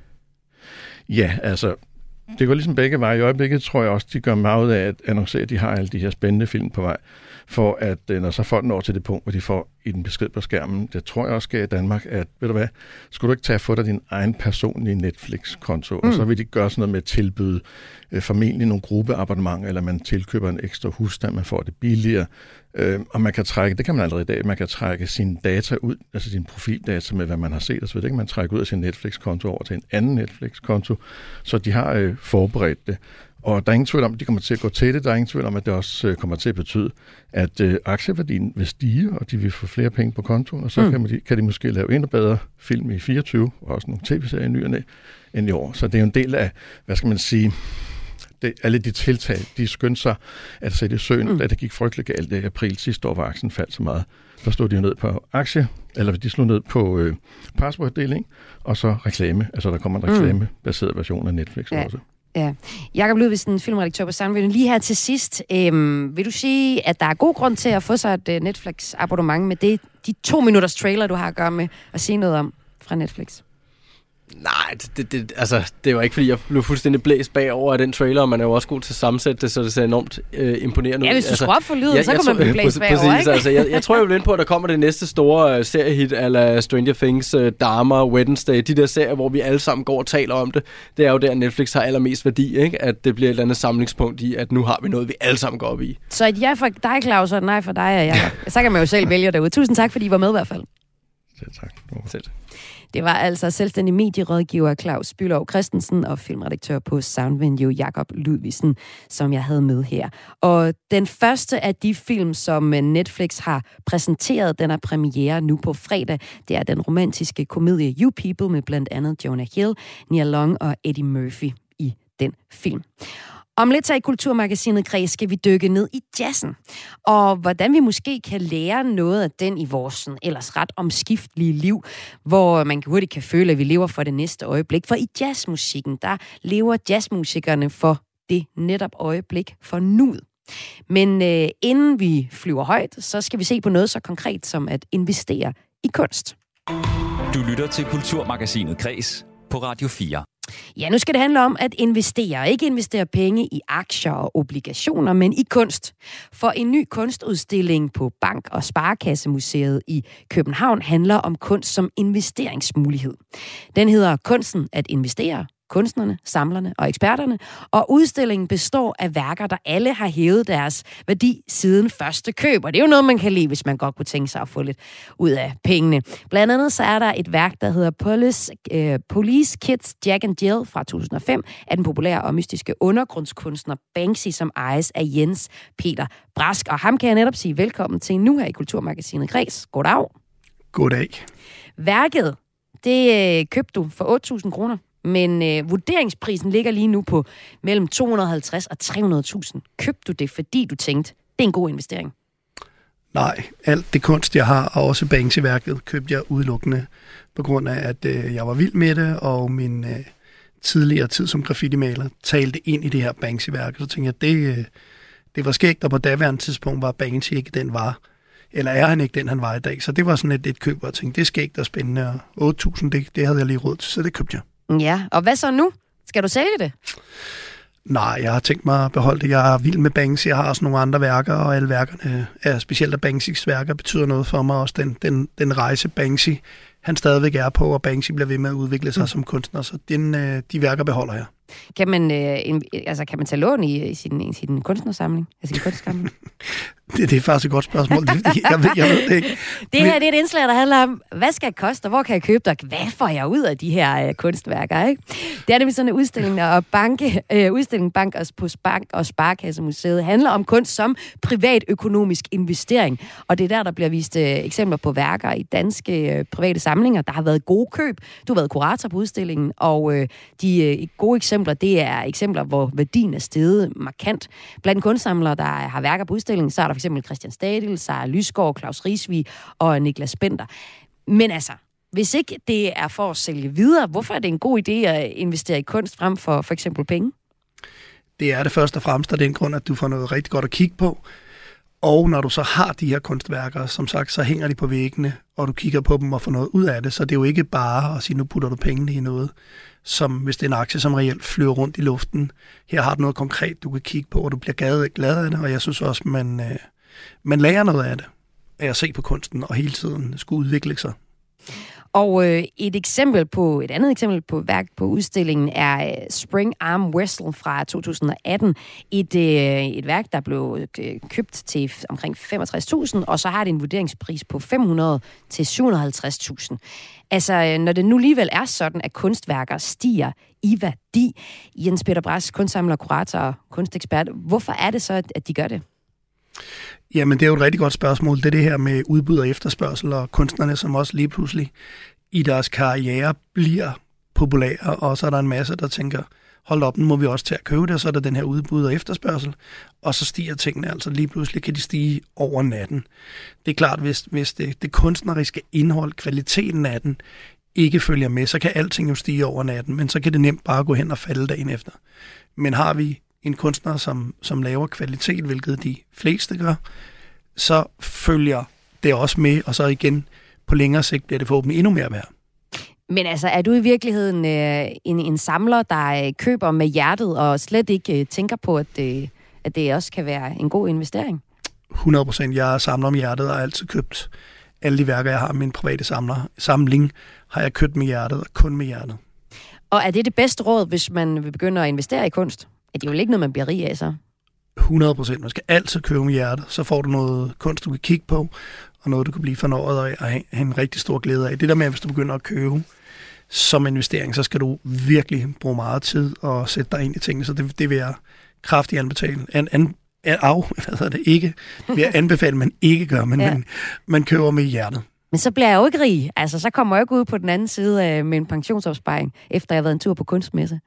Ja, altså, det går ligesom begge veje. I øjeblikket tror jeg også, de gør meget ud af at annoncere, at de har alle de her spændende film på vej, for at når så folk når til det punkt, hvor de får i den besked på skærmen, det tror jeg også sker i Danmark, at ved du hvad, skulle du ikke tage at få dig din egen personlige Netflix-konto, mm. og så vil de gøre sådan noget med at tilbyde øh, formentlig nogle gruppeabonnementer, eller man tilkøber en ekstra husstand, man får det billigere, øh, og man kan trække, det kan man allerede i dag, man kan trække sine data ud, altså sine profildata med, hvad man har set, og så ved det kan man trække ud af sin Netflix-konto over til en anden Netflix-konto, så de har øh, forberedt det. Og der er ingen tvivl om, at de kommer til at gå til det. Der er ingen tvivl om, at det også øh, kommer til at betyde, at øh, aktieværdien vil stige, og de vil få flere penge på kontoen, og så mm. kan, man, kan de måske lave endnu bedre film i fireogtyve, og også nogle tv-serier i ny og næ, end i år. Så det er jo en del af, hvad skal man sige, det, alle de tiltag, de skyndte sig at sætte i søen, mm. da det gik frygteligt galt i april sidste år, hvor aktien faldt så meget. Der stod de jo ned på aktie, eller de slog ned på øh, passworddeling, og så reklame. Altså der kommer en reklamebaseret version af Netflix ja. også. Ja. Jakob Ludvigsen, filmredaktør på Soundvenue. Lige her til sidst, øhm, vil du sige, at der er god grund til at få sig et uh, Netflix-abonnement med det, de to minutters trailer, du har at gøre med, at sige noget om fra Netflix? Nej, det, det, altså, det var ikke, fordi jeg blev fuldstændig blæst bagover af den trailer, og man er jo også god til at sammensætte det, så det ser enormt øh, imponerende ud. Ja, hvis du altså, skruer op for lyden, jeg, så kan man blive blæst bagover, præcis, ikke? Altså, jeg, jeg tror jo lidt på, at der kommer det næste store uh, seriehit, ala Stranger Things, uh, Dharma, Wednesday, de der serier, hvor vi alle sammen går og taler om det. Det er jo der, Netflix har allermest værdi, ikke? At det bliver et eller andet samlingspunkt i, at nu har vi noget, vi alle sammen går op i. Så et ja for dig, Claus, og et nej for dig, og Jacob. Så kan man jo selv vælge derude. Tusind tak, fordi I var med i hvert fald. Selv tak. Selv. Det var altså selvstændig medierådgiver Claus Bylov Christensen og filmredaktør på Soundvenue Jakob Ludvigsen, som jeg havde med her. Og den første af de film, som Netflix har præsenteret, den er premiere nu på fredag. Det er den romantiske komedie You People med blandt andet Jonah Hill, Nia Long og Eddie Murphy i den film. Om lidt så i Kulturmagasinet Kreds skal vi dykke ned i jazzen, og hvordan vi måske kan lære noget af den i vores sådan, ellers ret omskiftelige liv, hvor man hurtigt kan føle, at vi lever for det næste øjeblik. For i jazzmusikken, der lever jazzmusikerne for det netop øjeblik for nuet. Men øh, inden vi flyver højt, så skal vi se på noget så konkret som at investere i kunst. Du lytter til Kulturmagasinet Kreds på Radio fire. Ja, nu skal det handle om at investere. Ikke investere penge i aktier og obligationer, men i kunst. For en ny kunstudstilling på Bank- og Sparekassemuseet i København handler om kunst som investeringsmulighed. Den hedder Kunsten at investere, kunstnerne, samlerne og eksperterne, og udstillingen består af værker, der alle har hævet deres værdi siden første køb, og det er jo noget, man kan lide, hvis man godt kunne tænke sig at få lidt ud af pengene. Blandt andet så er der et værk, der hedder Police, uh, Police Kids Jack and Jill fra to tusind og fem af den populære og mystiske undergrundskunstner Banksy, som ejes af Jens Peter Brask, og ham kan jeg netop sige velkommen til nu her i Kulturmagasinet Græs. Goddag. Goddag. Værket, det øh, købte du for otte tusind kroner, men øh, vurderingsprisen ligger lige nu på mellem to hundrede og halvtreds og tre hundrede tusind. Købte du det, fordi du tænkte, det er en god investering? Nej, alt det kunst, jeg har, og også Banksy-værket, købte jeg udelukkende på grund af, at øh, jeg var vild med det, og min øh, tidligere tid som graffiti-maler talte ind i det her Banksy-værk. Så tænkte jeg, det, øh, det var skægt, og på daværende tidspunkt var Banksy ikke den var. Eller er han ikke den, han var i dag? Så det var sådan et, et køb, hvor jeg tænkte, det er skægt og spændende, og otte tusind, det, det havde jeg lige råd til, så det købte jeg. Ja, og hvad så nu? Skal du sælge det? Nej, jeg har tænkt mig at beholde det. Jeg er vild med Banksy. Jeg har også nogle andre værker, og alle værkerne, er specielt af Banksys værker, betyder noget for mig. Også den, den, den rejse Banksy, han stadigvæk er på, og Banksy bliver ved med at udvikle sig mm. som kunstner. Så den, de værker beholder jeg. Kan man, øh, en, altså, kan man tage lån i, i sin, i sin kunstnersamling? Altså sin kunstsamling? det, det er faktisk et godt spørgsmål. jeg, jeg, jeg ved det ikke. Det her det er et indslag, der handler om, hvad skal det koste, og hvor kan jeg købe det, og hvad får jeg ud af de her øh, kunstværker, ikke? Det er nemlig sådan en udstilling, og banke, øh, udstilling Bank og, på Spark og Sparkassemuseet handler om kunst som privatøkonomisk investering. Og det er der, der bliver vist øh, eksempler på værker i danske øh, private samlinger. Der har været gode køb. Du har været kurator på udstillingen, og øh, de øh, gode eksempler, det er eksempler, hvor værdien er steget markant. Blandt kunstsamlere, der har værker på udstillingen, så er der for eksempel Christian Stadil, Sara Lysgaard, Claus Risvig og Niklas Bender. Men altså, hvis ikke det er for at sælge videre, hvorfor er det en god idé at investere i kunst frem for for eksempel penge? Det er det først og fremmest af den grund, at du får noget rigtig godt at kigge på. Og når du så har de her kunstværker, som sagt, så hænger de på væggene, og du kigger på dem og får noget ud af det. Så det er jo ikke bare at sige, nu putter du pengene i noget, som hvis det er en aktie, som reelt flyver rundt i luften. Her har du noget konkret, du kan kigge på, og du bliver glad, glad af det. Og jeg synes også, man, øh, man lærer noget af det, af at se på kunsten, og hele tiden skulle udvikle sig. Og øh, et eksempel på, et andet eksempel på værk på udstillingen er øh, Spring Arm Wrestle fra to tusind og atten. Et, øh, et værk, der blev øh, købt til omkring femogtres tusind, og så har det en vurderingspris på fem hundrede til syv hundrede og halvtreds tusind. Altså, øh, når det nu alligevel er sådan, at kunstværker stiger i værdi, Jens Peter Brask, kunstsamler, kurator og kunstekspert, hvorfor er det så, at, at de gør det? Jamen, det er jo et rigtig godt spørgsmål. Det er det her med udbud og efterspørgsel, og kunstnerne, som også lige pludselig i deres karriere bliver populære, og så er der en masse, der tænker, hold op, nu må vi også til at købe det, og så er der den her udbud og efterspørgsel, og så stiger tingene, altså lige pludselig kan de stige over natten. Det er klart, hvis, hvis det, det kunstneriske indhold, kvaliteten af den, ikke følger med, så kan alting jo stige over natten, men så kan det nemt bare gå hen og falde dagen efter. Men har vi en kunstner, som, som laver kvalitet, hvilket de fleste gør, så følger det også med, og så igen på længere sigt bliver det forhåbentlig endnu mere værd. Men altså, er du i virkeligheden øh, en, en samler, der øh, køber med hjertet, og slet ikke øh, tænker på, at det, at det også kan være en god investering? hundrede procent. Jeg samler med hjertet og har altid købt alle de værker, jeg har i min private samler. Samling har jeg købt med hjertet, og kun med hjertet. Og er det det bedste råd, hvis man vil begynde at investere i kunst? Er det jo ikke noget, man bliver rig af, så? hundrede procent. Man skal altid købe med hjertet. Så får du noget kunst, du kan kigge på, og noget, du kan blive fornøjet af og have en rigtig stor glæde af. Det der med, at hvis du begynder at købe som investering, så skal du virkelig bruge meget tid og sætte dig ind i tingene. Så det, det vil jeg kraftigt anbefale. An, an, af, hvad hedder det, ikke. Det vil jeg anbefale, at man ikke gør, men ja. man, man køber med hjertet. Men så bliver jeg jo ikke rig. Altså, så kommer jeg ikke ud på den anden side med en pensionsopsparing, efter jeg har været en tur på kunstmesse.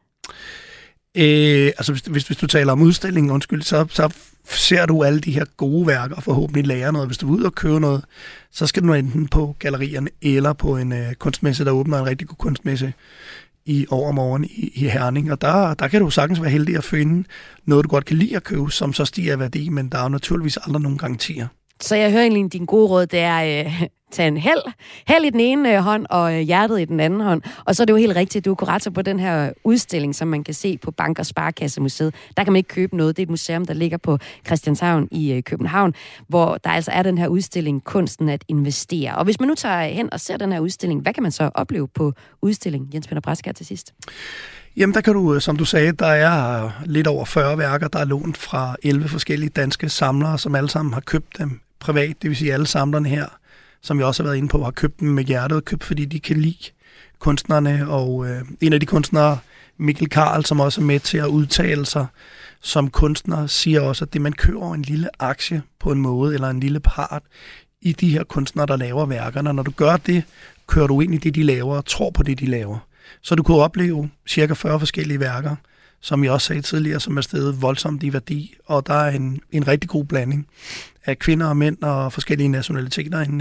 Øh, altså hvis, hvis, hvis du taler om udstillingen, undskyld, så, så ser du alle de her gode værker og forhåbentlig lærer noget. Hvis du er ude og købe noget, så skal du enten på gallerierne eller på en øh, kunstmesse, der åbner en rigtig god kunstmesse i overmorgen i, i Herning. Og der, der kan du sagtens være heldig at finde noget, du godt kan lide at købe, som så stiger i værdi, men der er jo naturligvis aldrig nogen garantier. Så jeg hører egentlig, din gode råd, det er, øh, tage en held, held i den ene øh, hånd og øh, hjertet i den anden hånd. Og så er det jo helt rigtigt, du er kurator på den her udstilling, som man kan se på Bank- og Sparekassemuseet. Der kan man ikke købe noget. Det er et museum, der ligger på Christianshavn i øh, København, hvor der altså er den her udstilling, Kunsten at investere. Og hvis man nu tager hen og ser den her udstilling, hvad kan man så opleve på udstillingen? Jens Peter Brask her til sidst. Jamen, der kan du, som du sagde, der er lidt over fyrre værker, der er lånt fra elleve forskellige danske samlere, som alle sammen har købt dem privat. Det vil sige, alle samlerne her, som vi også har været inde på, har købt dem med hjertet, købt fordi de kan lide kunstnerne. Og øh, en af de kunstnere, Mikkel Karl, som også er med til at udtale sig som kunstner, siger også, at det, man køber en lille aktie på en måde, eller en lille part i de her kunstnere, der laver værkerne. Når du gør det, kører du ind i det, de laver, og tror på det, de laver. Så du kunne opleve cirka fyrre forskellige værker, som jeg også sagde tidligere, som er steget voldsomt i værdi. Og der er en, en rigtig god blanding af kvinder og mænd og forskellige nationaliteter. En,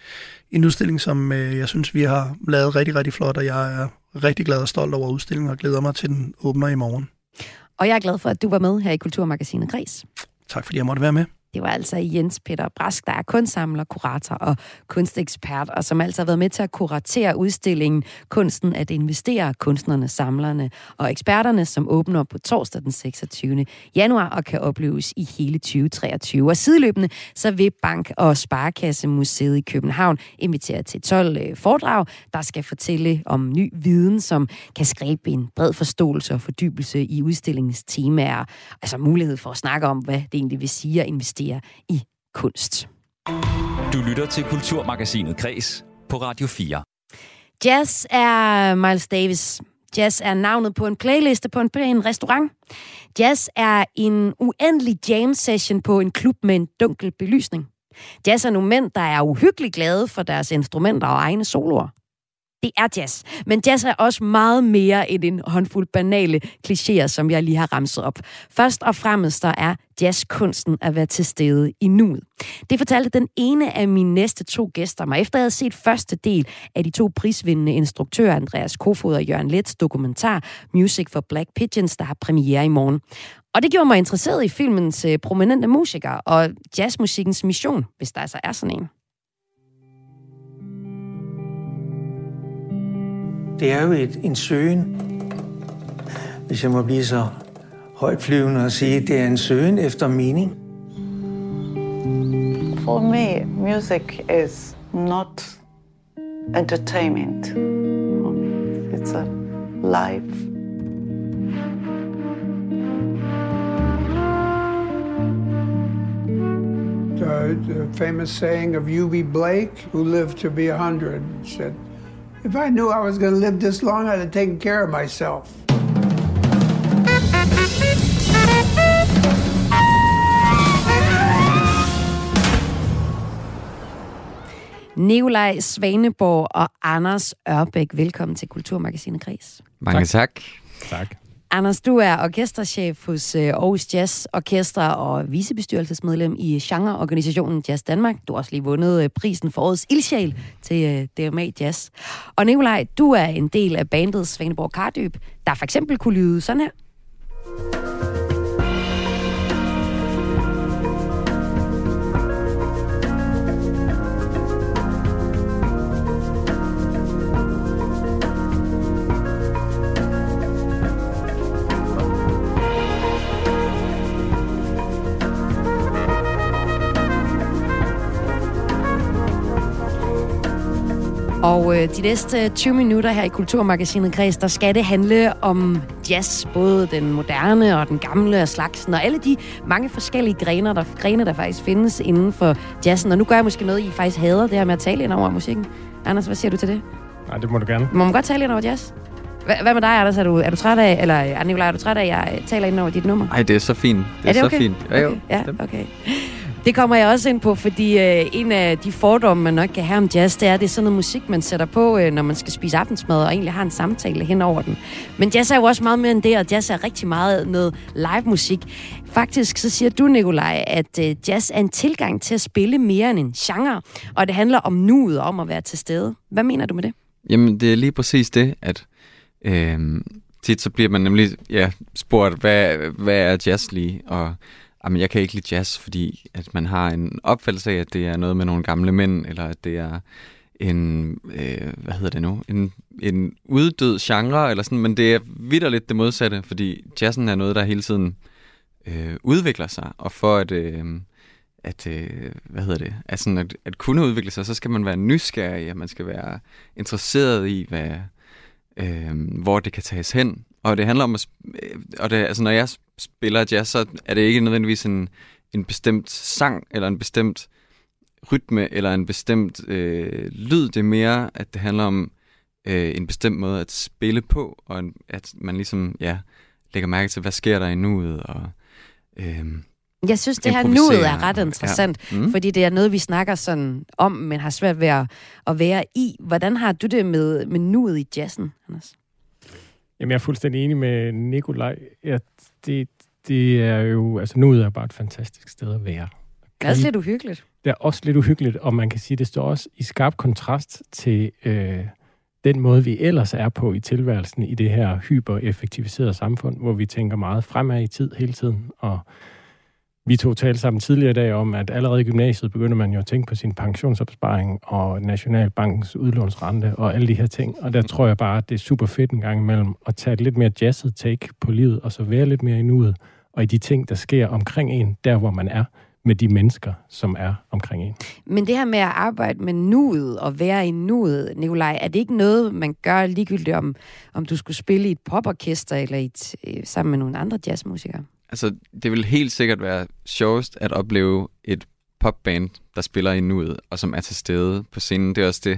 en udstilling, som jeg synes, vi har lavet rigtig, rigtig flot, og jeg er rigtig glad og stolt over udstillingen og glæder mig til, den åbner i morgen. Og jeg er glad for, at du var med her i Kulturmagasinet Kres. Tak fordi jeg måtte være med. Det var altså Jens Peter Brask, der er kunstsamler, kurator og kunstekspert, og som altså har været med til at kuratere udstillingen Kunsten at investere, kunstnerne, samlerne og eksperterne, som åbner på torsdag den seksogtyvende januar og kan opleves i hele tyve treogtyve. Og sideløbende så vil Bank- og Sparekassemuseet i København invitere til tolv foredrag, der skal fortælle om ny viden, som kan skabe en bred forståelse og fordybelse i udstillingens temaer. Altså mulighed for at snakke om, hvad det egentlig vil sige at investere i kunst. Du lytter til Kulturmagasinet Kres på Radio fire. Jazz er Miles Davis. Jazz er navnet på en playliste på en, på en restaurant. Jazz er en uendelig jam session på en klub med en dunkel belysning. Jazz er nogle mænd, der er uhyggeligt glade for deres instrumenter og egne soloer. Det er jazz. Men jazz er også meget mere end en håndfuld banale klichéer, som jeg lige har ramset op. Først og fremmest der er jazzkunsten at være til stede i nuet. Det fortalte den ene af mine næste to gæster mig, efter jeg havde set første del af de to prisvindende instruktører, Andreas Kofod og Jørgen Leths dokumentar Music for Black Pigeons, der har premiere i morgen. Og det gjorde mig interesseret i filmens øh, prominente musikere og jazzmusikkens mission, hvis der altså er sådan en. Det er jo et, en søgen, hvis jeg må blive så højtflyvende og sige, det er en søgen efter mening. For me, music is not entertainment. It's a life. The, the famous saying of U B Blake, who lived to be a hundred, said, "If I knew I was going to live this long, I'd have taken care of myself." Nikolaj Svaneborg og Anders Ørbæk, velkommen til Kulturmagasinet Kres. Mange tak. Tak. Anders, du er orkesterchef hos Aarhus Jazz Orkester og vicebestyrelsesmedlem i genreorganisationen Jazz Danmark. Du har også lige vundet prisen for årets ildsjæl til D M A Jazz. Og Nikolaj, du er en del af bandet Svaneborg Kardyb, der for eksempel kunne lyde sådan her. Og øh, de næste tyve minutter her i Kulturmagasinet Kres, der skal det handle om jazz, både den moderne og den gamle og slagsen, og alle de mange forskellige grene, der, grene, der faktisk findes inden for jazzen. Og nu gør jeg måske noget, I faktisk hader, det her med at tale ind over musikken. Anders, hvad siger du til det? Nej, det må du gerne. Må man godt tale ind over jazz? H- hvad med dig, Anders? Er du, er du træt af, eller Nikolaj, er du træt af, at jeg taler ind over dit nummer? Nej, det er så fint. Det er, er det okay? så fint. Ja, jo. Okay. Ja, okay. Det kommer jeg også ind på, fordi øh, en af de fordomme, man nok kan have om jazz, det er, at det er sådan noget musik, man sætter på, øh, når man skal spise aftensmad, og egentlig har en samtale hen over den. Men jazz er jo også meget mere end det, og jazz er rigtig meget noget live-musik. Faktisk så siger du, Nikolaj, at øh, jazz er en tilgang til at spille mere end en genre, og det handler om nuet, om at være til stede. Hvad mener du med det? Jamen, det er lige præcis det, at øh, tit så bliver man nemlig ja, spurgt, hvad, hvad er jazz lige? Og jamen, jeg kan ikke lide jazz, fordi at man har en opfattelse af, at det er noget med nogle gamle mænd, eller at det er en, øh, hvad hedder det nu, en, en uddød genre, eller sådan, men det er vitterligt det modsatte, fordi jazzen er noget, der hele tiden øh, udvikler sig, og for at, øh, at øh, hvad hedder det, at, sådan at, at kunne udvikle sig, så skal man være nysgerrig, og man skal være interesseret i, hvad, øh, hvor det kan tages hen, og det handler om at, og det, altså når jeg spiller jazz, så er det ikke nødvendigvis en, en bestemt sang, eller en bestemt rytme, eller en bestemt øh, lyd. Det er mere, at det handler om øh, en bestemt måde at spille på, og en, at man ligesom, ja, lægger mærke til, hvad sker der i nuet, og øh, jeg synes, det her nuet er ret interessant, ja. mm. fordi det er noget, vi snakker sådan om, men har svært ved at, at være i. Hvordan har du det med, med nuet i jazzen, Anders? Jamen, jeg er fuldstændig enig med Nikolaj. Ja, det, det er jo, altså nuet er bare et fantastisk sted at være. Det er også lidt uhyggeligt. Det er også lidt uhyggeligt, og man kan sige, det står også i skarp kontrast til øh, den måde, vi ellers er på i tilværelsen i det her hypereffektiviserede samfund, hvor vi tænker meget fremad i tid hele tiden. Og vi to talte sammen tidligere i dag om, at allerede i gymnasiet begynder man jo at tænke på sin pensionsopsparing og Nationalbankens udlånsrente og alle de her ting. Og der tror jeg bare, at det er super fedt en gang imellem at tage et lidt mere jazzet take på livet, og så være lidt mere i nuet, og i de ting, der sker omkring en, der hvor man er, med de mennesker, som er omkring en. Men det her med at arbejde med nuet og være i nuet, Nikolaj, er det ikke noget, man gør ligegyldigt om, om du skulle spille i et poporkester eller i et, sammen med nogle andre jazzmusikere? Altså, det vil helt sikkert være sjovest at opleve et popband, der spiller i nuet, og som er til stede på scenen. Det er også det,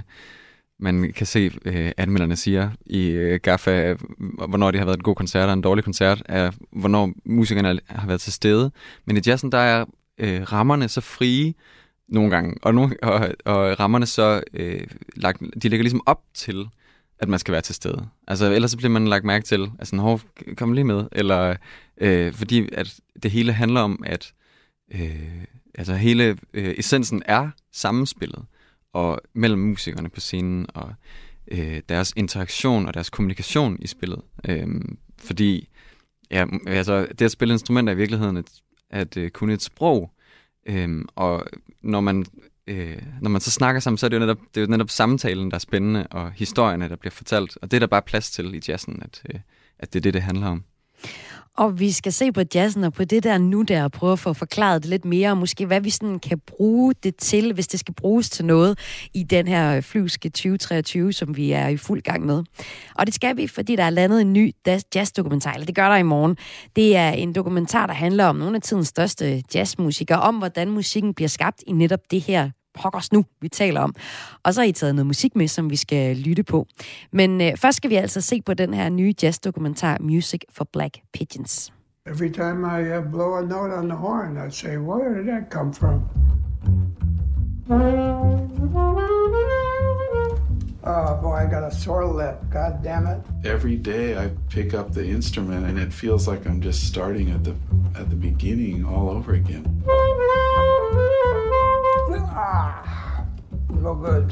man kan se øh, anmelderne siger i øh, Gaffa, hvornår det har været en god koncert og en dårlig koncert, er, hvornår musikerne har været til stede. Men i jazzen, der er øh, rammerne så frie nogle gange, og, nogle, og, og rammerne så, øh, lagt, de ligger ligesom op til, at man skal være til stede. Altså, ellers så bliver man lagt mærke til, altså, hov, kom lige med, eller øh, fordi at det hele handler om, at øh, altså hele øh, essensen er sammenspillet, og mellem musikerne på scenen, og øh, deres interaktion og deres kommunikation i spillet. Øh, fordi, ja, altså, det at spille instrumenter er i virkeligheden at, at øh, kunne et sprog, øh, og når man Øh, når man så snakker sammen, så er det jo netop, det er jo netop samtalen, der er spændende, og historierne, der bliver fortalt. Og det er der bare plads til i jazzen, at, øh, at det er det, det handler om. Og vi skal se på jazzen og på det der nu der, og prøve at få forklaret det lidt mere, og måske hvad vi sådan kan bruge det til, hvis det skal bruges til noget i den her flyvske tyve treogtyve, som vi er i fuld gang med. Og det skal vi, fordi der er landet en ny jazzdokumentar, eller det gør der i morgen. Det er en dokumentar, der handler om nogle af tidens største jazzmusikere, om hvordan musikken bliver skabt i netop det her pokkers nu, vi taler om. Og så har I taget noget musik med, som vi skal lytte på. Men øh, først skal vi altså se på den her nye jazzdokumentar, Music for Black Pigeons. Every time I uh, blow a note on the horn, I'd say, where did that come from? Oh boy, I got a sore lip. God damn it. Every day I pick up the instrument and it feels like I'm just starting at the at the beginning all over again. Ah, no good.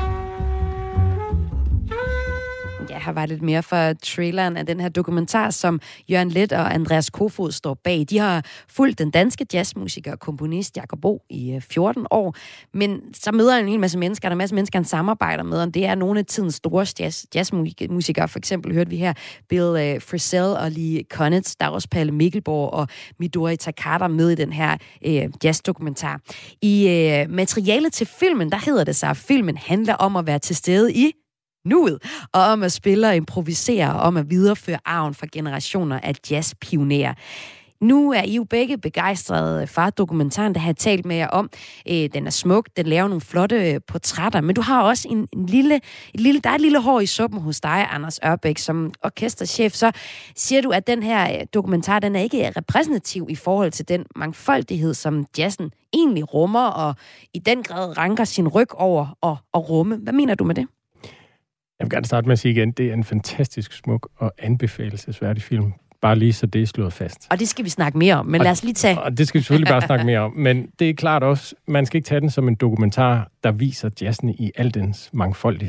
Ja, her var lidt mere for traileren af den her dokumentar, som Jørgen Leth og Andreas Kofod står bag. De har fulgt den danske jazzmusiker og komponist Jacob Bo i fjorten år, men så møder han en hel masse mennesker, der er en masse mennesker, han samarbejder med, og det er nogle af tidens store jazz, jazzmusikere. For eksempel hørte vi her Bill uh, Frisell og Lee Konitz, der er også Palle Mikkelborg og Midori Takada med i den her uh, jazzdokumentar. I uh, materialet til filmen, der hedder det sig, at filmen handler om at være til stede i nuet, og om at spille og improvisere, og om at videreføre arven fra generationer af jazzpionerer. Nu er I jo begge begejstrede for dokumentaren, der har talt med jer om. Øh, den er smuk, den laver nogle flotte portrætter, men du har også en, en lille, et lille, der er et lille hår i suppen hos dig, Anders Ørbæk, som orkesterchef. Så siger du, at den her dokumentar, den er ikke repræsentativ i forhold til den mangfoldighed, som jazzen egentlig rummer, og i den grad ranker sin ryg over og, og rumme. Hvad mener du med det? Jeg vil gerne starte med at sige igen, det er en fantastisk smuk og anbefalelsesværdig film. Bare lige så det er slået fast. Og det skal vi snakke mere om, men og, lad os lige tage... Og det skal vi selvfølgelig bare snakke mere om, men det er klart også, man skal ikke tage den som en dokumentar, der viser jazzen i al dens mangfoldighed.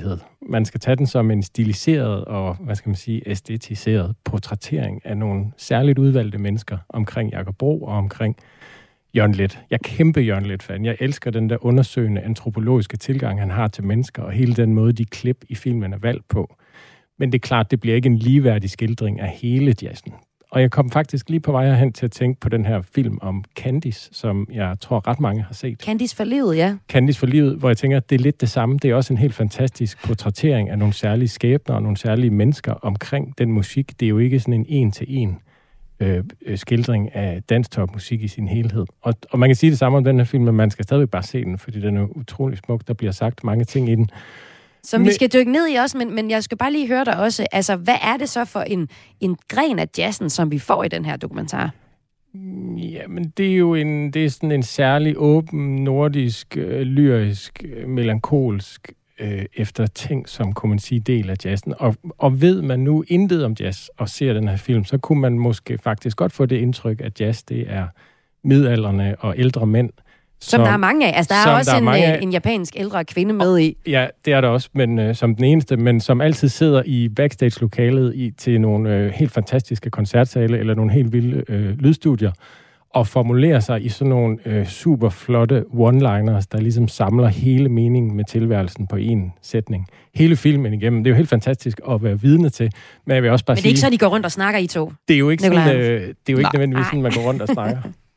man skal tage den som en stiliseret og, hvad skal man sige, æstetiseret portrættering af nogle særligt udvalgte mennesker omkring Jacob Bro og omkring Jørgen Leth. Jeg er kæmpe Jørgen Leth-fan. Jeg elsker den der undersøgende antropologiske tilgang, han har til mennesker, og hele den måde, de klip i filmen er valgt på. Men det er klart, det bliver ikke en ligeværdig skildring af hele jazzen. Og jeg kom faktisk lige på vej herhen til at tænke på den her film om Candice, som jeg tror ret mange har set. Candice for livet, ja. Candice for livet, hvor jeg tænker, at det er lidt det samme. Det er også en helt fantastisk portrættering af nogle særlige skæbner og nogle særlige mennesker omkring den musik. Det er jo ikke sådan en en-til-en øh, skildring af dansktopmusik i sin helhed. Og, og man kan sige det samme om den her film, men man skal stadigvæk bare se den, fordi den er utrolig smuk. Der bliver sagt mange ting i den. Som men, vi skal dykke ned i også, men, men jeg skal bare lige høre dig også. Altså, hvad er det så for en, en gren af jazzen, som vi får i den her dokumentar? Jamen, det er jo en, det er sådan en særlig åben, nordisk, øh, lyrisk, øh, melankolsk, øh, efter ting, som kunne man sige, del af jazzen. Og, og ved man nu intet om jazz og ser den her film, så kunne man måske faktisk godt få det indtryk, at jazz, det er midaldrende og ældre mænd. Som, som der er mange af. Altså, der er også der en, er en, en japansk ældre kvinde med i. Ja, det er der også, men øh, som den eneste, men som altid sidder i backstage-lokalet i, til nogle øh, helt fantastiske koncertsale eller nogle helt vilde øh, lydstudier, og formulerer sig i sådan nogle øh, super flotte one-liners, der ligesom samler hele meningen med tilværelsen på en sætning. Hele filmen igennem. Det er jo helt fantastisk at være vidne til. Men jeg vil også bare Men det er sige, ikke så, de går rundt og snakker i to? Det er jo ikke, sådan, øh, det er jo ikke nødvendigvis sådan, man går rundt og snakker.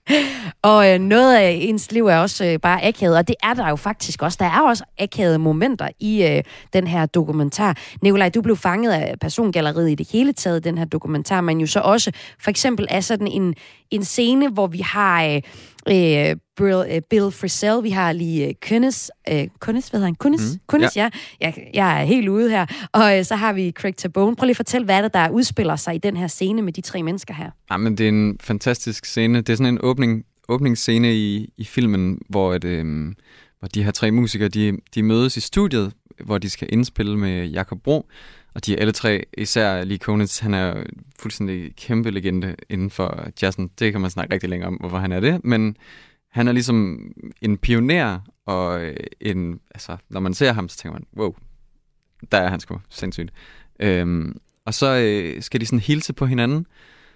Og øh, noget af ens liv er også øh, bare akavet, og det er der jo faktisk også. Der er også akavede momenter i øh, den her dokumentar. Nikolaj, du blev fanget af persongalleriet i det hele taget, den her dokumentar, men jo så også for eksempel er sådan en, en scene, hvor vi har øh, øh, Bill, øh, Bill Frisell, vi har lige øh, Kunis, øh, Kunis, hvad hedder han? Kunis? Mm, Kunis, ja. ja. Jeg, jeg er helt ude her. Og øh, så har vi Craig Tabone. Prøv lige at fortælle, hvad er det, der udspiller sig i den her scene med de tre mennesker her? Jamen, det er en fantastisk scene. Det er sådan en åbning åbningsscene i, i filmen, hvor, et, øhm, hvor de her tre musikere, de, de mødes i studiet, hvor de skal indspille med Jacob Bro, og de er alle tre, især Lee Konitz, han er fuldstændig kæmpe legende inden for jazzen. Det kan man snakke rigtig længe om, hvorfor han er det, men han er ligesom en pioner, og en, altså, når man ser ham, så tænker man, wow, der er han sgu sindssygt. Øhm, og så øh, skal de sådan hilse på hinanden,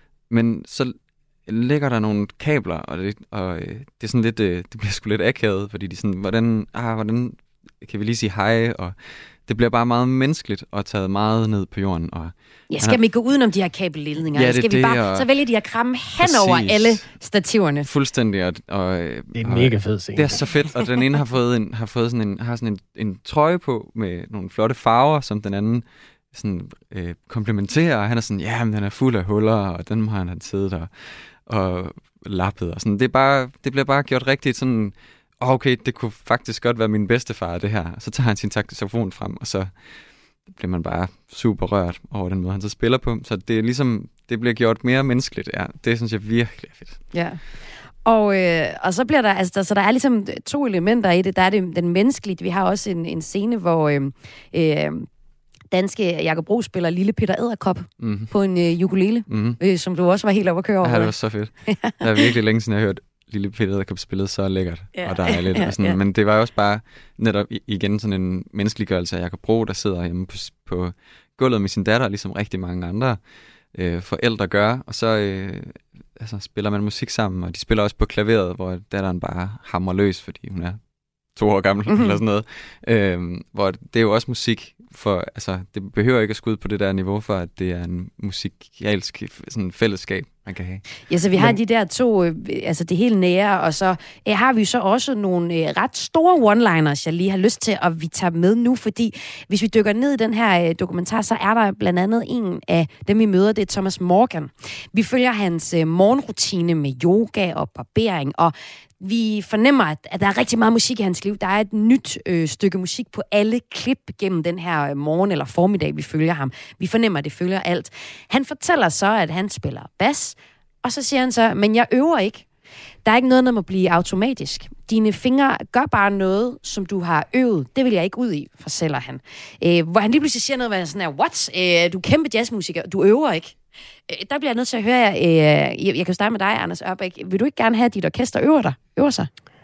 men så ligger der nogle kabler, og det, og det er sådan lidt, det bliver sgu lidt akavet, fordi de sådan, hvordan, ah, hvordan kan vi lige sige hej, og det bliver bare meget menneskeligt og taget meget ned på jorden. Og ja, skal vi gå udenom de her kabelledninger? Ja, skal vi bare, og så vælger de at kramme hen over alle stativerne. Fuldstændig. Og, og, det er en mega fed scene. Det er så fedt, og den ene har fået, en, har fået sådan, en, har sådan en, en trøje på med nogle flotte farver, som den anden sådan, øh, komplementerer, og han er sådan, ja, men den er fuld af huller, og den har han siddet og og lappet og sådan. Det, er bare, det bliver bare gjort rigtigt sådan, okay, det kunne faktisk godt være min bedstefar, det her. Så tager han sin saxofon frem, og så bliver man bare super rørt over den måde, han så spiller på. Så det er ligesom, det bliver gjort mere menneskeligt. Ja, det synes jeg virkelig er fedt. Ja. Og, øh, og så bliver der, altså der, så der er ligesom to elementer i det. Der er det den menneskelige. Vi har også en, en scene, hvor øh, øh, danske Jacob Bro spiller Lille Peter Edderkop mm-hmm. på en øh, ukulele, mm-hmm. øh, som du også var helt oppe at køre over. Ja, det var så fedt. Det er virkelig længe siden, jeg har hørt Lille Peter Edderkop spillet så lækkert ja. og dejligt. ja, og sådan. Ja. Men det var også bare netop igen sådan en menneskeliggørelse af Jacob Bro, der sidder hjemme på, på gulvet med sin datter, ligesom rigtig mange andre øh, forældre gør. Og så øh, altså, spiller man musik sammen, og de spiller også på klaveret, hvor datteren bare hamrer løs, fordi hun er to år gammel mm-hmm. eller sådan noget. Øh, hvor det er jo også musik, for altså, det behøver ikke at skulle på det der niveau, for at det er en musikalsk sådan fællesskab, man kan have. Ja, så vi har Men... de der to, øh, altså det helt nære, og så øh, har vi så også nogle øh, ret store one-liners, jeg lige har lyst til, at vi tager med nu, fordi hvis vi dykker ned i den her øh, dokumentar, så er der blandt andet en af dem, vi møder, det er Thomas Morgan. Vi følger hans øh, morgenrutine med yoga og barbering, og vi fornemmer, at der er rigtig meget musik i hans liv. Der er et nyt øh, stykke musik på alle klip gennem den her morgen eller formiddag, vi følger ham. Vi fornemmer, at det følger alt. Han fortæller så, at han spiller bas, og så siger han så, men jeg øver ikke. Der er ikke noget, der må blive automatisk. Dine fingre gør bare noget, som du har øvet. Det vil jeg ikke ud i, fortæller han. Øh, hvor han lige pludselig siger noget, hvor han sådan er, what? Øh, du er kæmpe jazzmusiker, du øver ikke. Der bliver jeg nødt til at høre jer. Øh, jeg kan starte med dig, Anders Ørbæk. Vil du ikke gerne have, at dit orkester øver dig? Øver sig?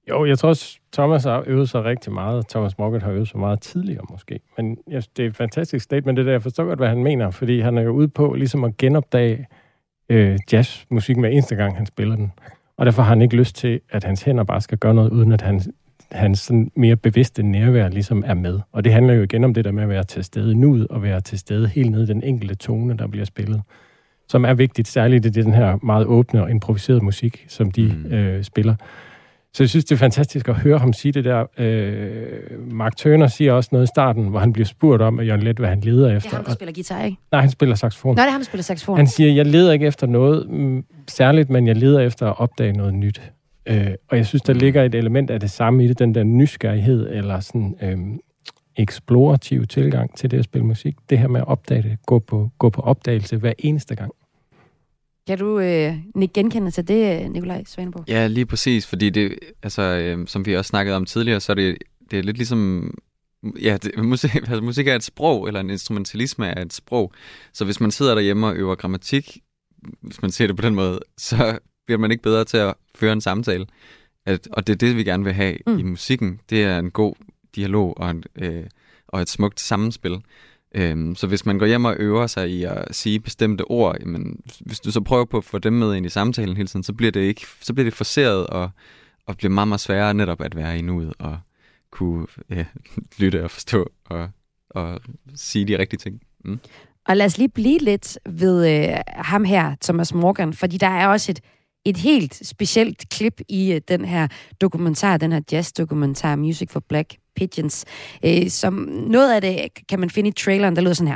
Jo, jeg tror også, Thomas har øvet sig rigtig meget. Thomas Morgan har øvet sig meget tidligere måske. Men ja, det er et fantastisk statement, det der. Jeg forstår godt, hvad han mener, fordi han er jo ude på ligesom at genopdage øh, jazzmusik hver eneste gang, han spiller den. Og derfor har han ikke lyst til, at hans hænder bare skal gøre noget, uden at han, hans sådan mere bevidste nærvær ligesom er med. Og det handler jo igen om det der med at være til stede i nuet, og være til stede helt nede i den enkelte tone, der bliver spillet. Som er vigtigt, særligt i den her meget åbne og improviserede musik, som de mm. øh, spiller. Så jeg synes, det er fantastisk at høre ham sige det der. Øh, Mark Turner siger også noget i starten, hvor han bliver spurgt om, at Jørgen Leth, hvad han leder efter. Det er ham, der spiller guitar, ikke? Nej, han spiller saxofon. Nej, det er ham, der spiller saxofon. Han siger, jeg leder ikke efter noget mm, særligt, men jeg leder efter at opdage noget nyt. Øh, og jeg synes, der ligger et element af det samme i det, den der nysgerrighed, eller sådan øh, eksplorativ tilgang til det at spille musik. Det her med at opdage det, gå på, gå på opdagelse hver eneste gang. Kan du øh, ikke genkende til det, Nikolaj Svaneborg? Ja, lige præcis, fordi det, altså, øh, som vi også snakkede om tidligere, så er det, det er lidt ligesom, ja, det, musik, altså, musik er et sprog, eller en instrumentalisme er et sprog, så hvis man sidder derhjemme og øver grammatik, hvis man ser det på den måde, så bliver man ikke bedre til at føre en samtale, at, og det er det, vi gerne vil have mm. i musikken, det er en god dialog og, en, øh, og et smukt sammenspil. Øhm, så hvis man går hjem og øver sig i at sige bestemte ord, jamen, hvis du så prøver på at få dem med ind i samtalen hele tiden, så bliver det ikke, så bliver det forceret og, og bliver meget, meget sværere netop at være i nuet og kunne ja, lytte og forstå og, og sige de rigtige ting. Mm. Og lad os lige blive lidt ved øh, ham her, Thomas Morgan, fordi der er også et, et helt specielt klip i øh, den her dokumentar, den her jazz-dokumentar Music for Black Pigeons. Øh, som noget af det kan man finde i traileren, der lyder sådan her.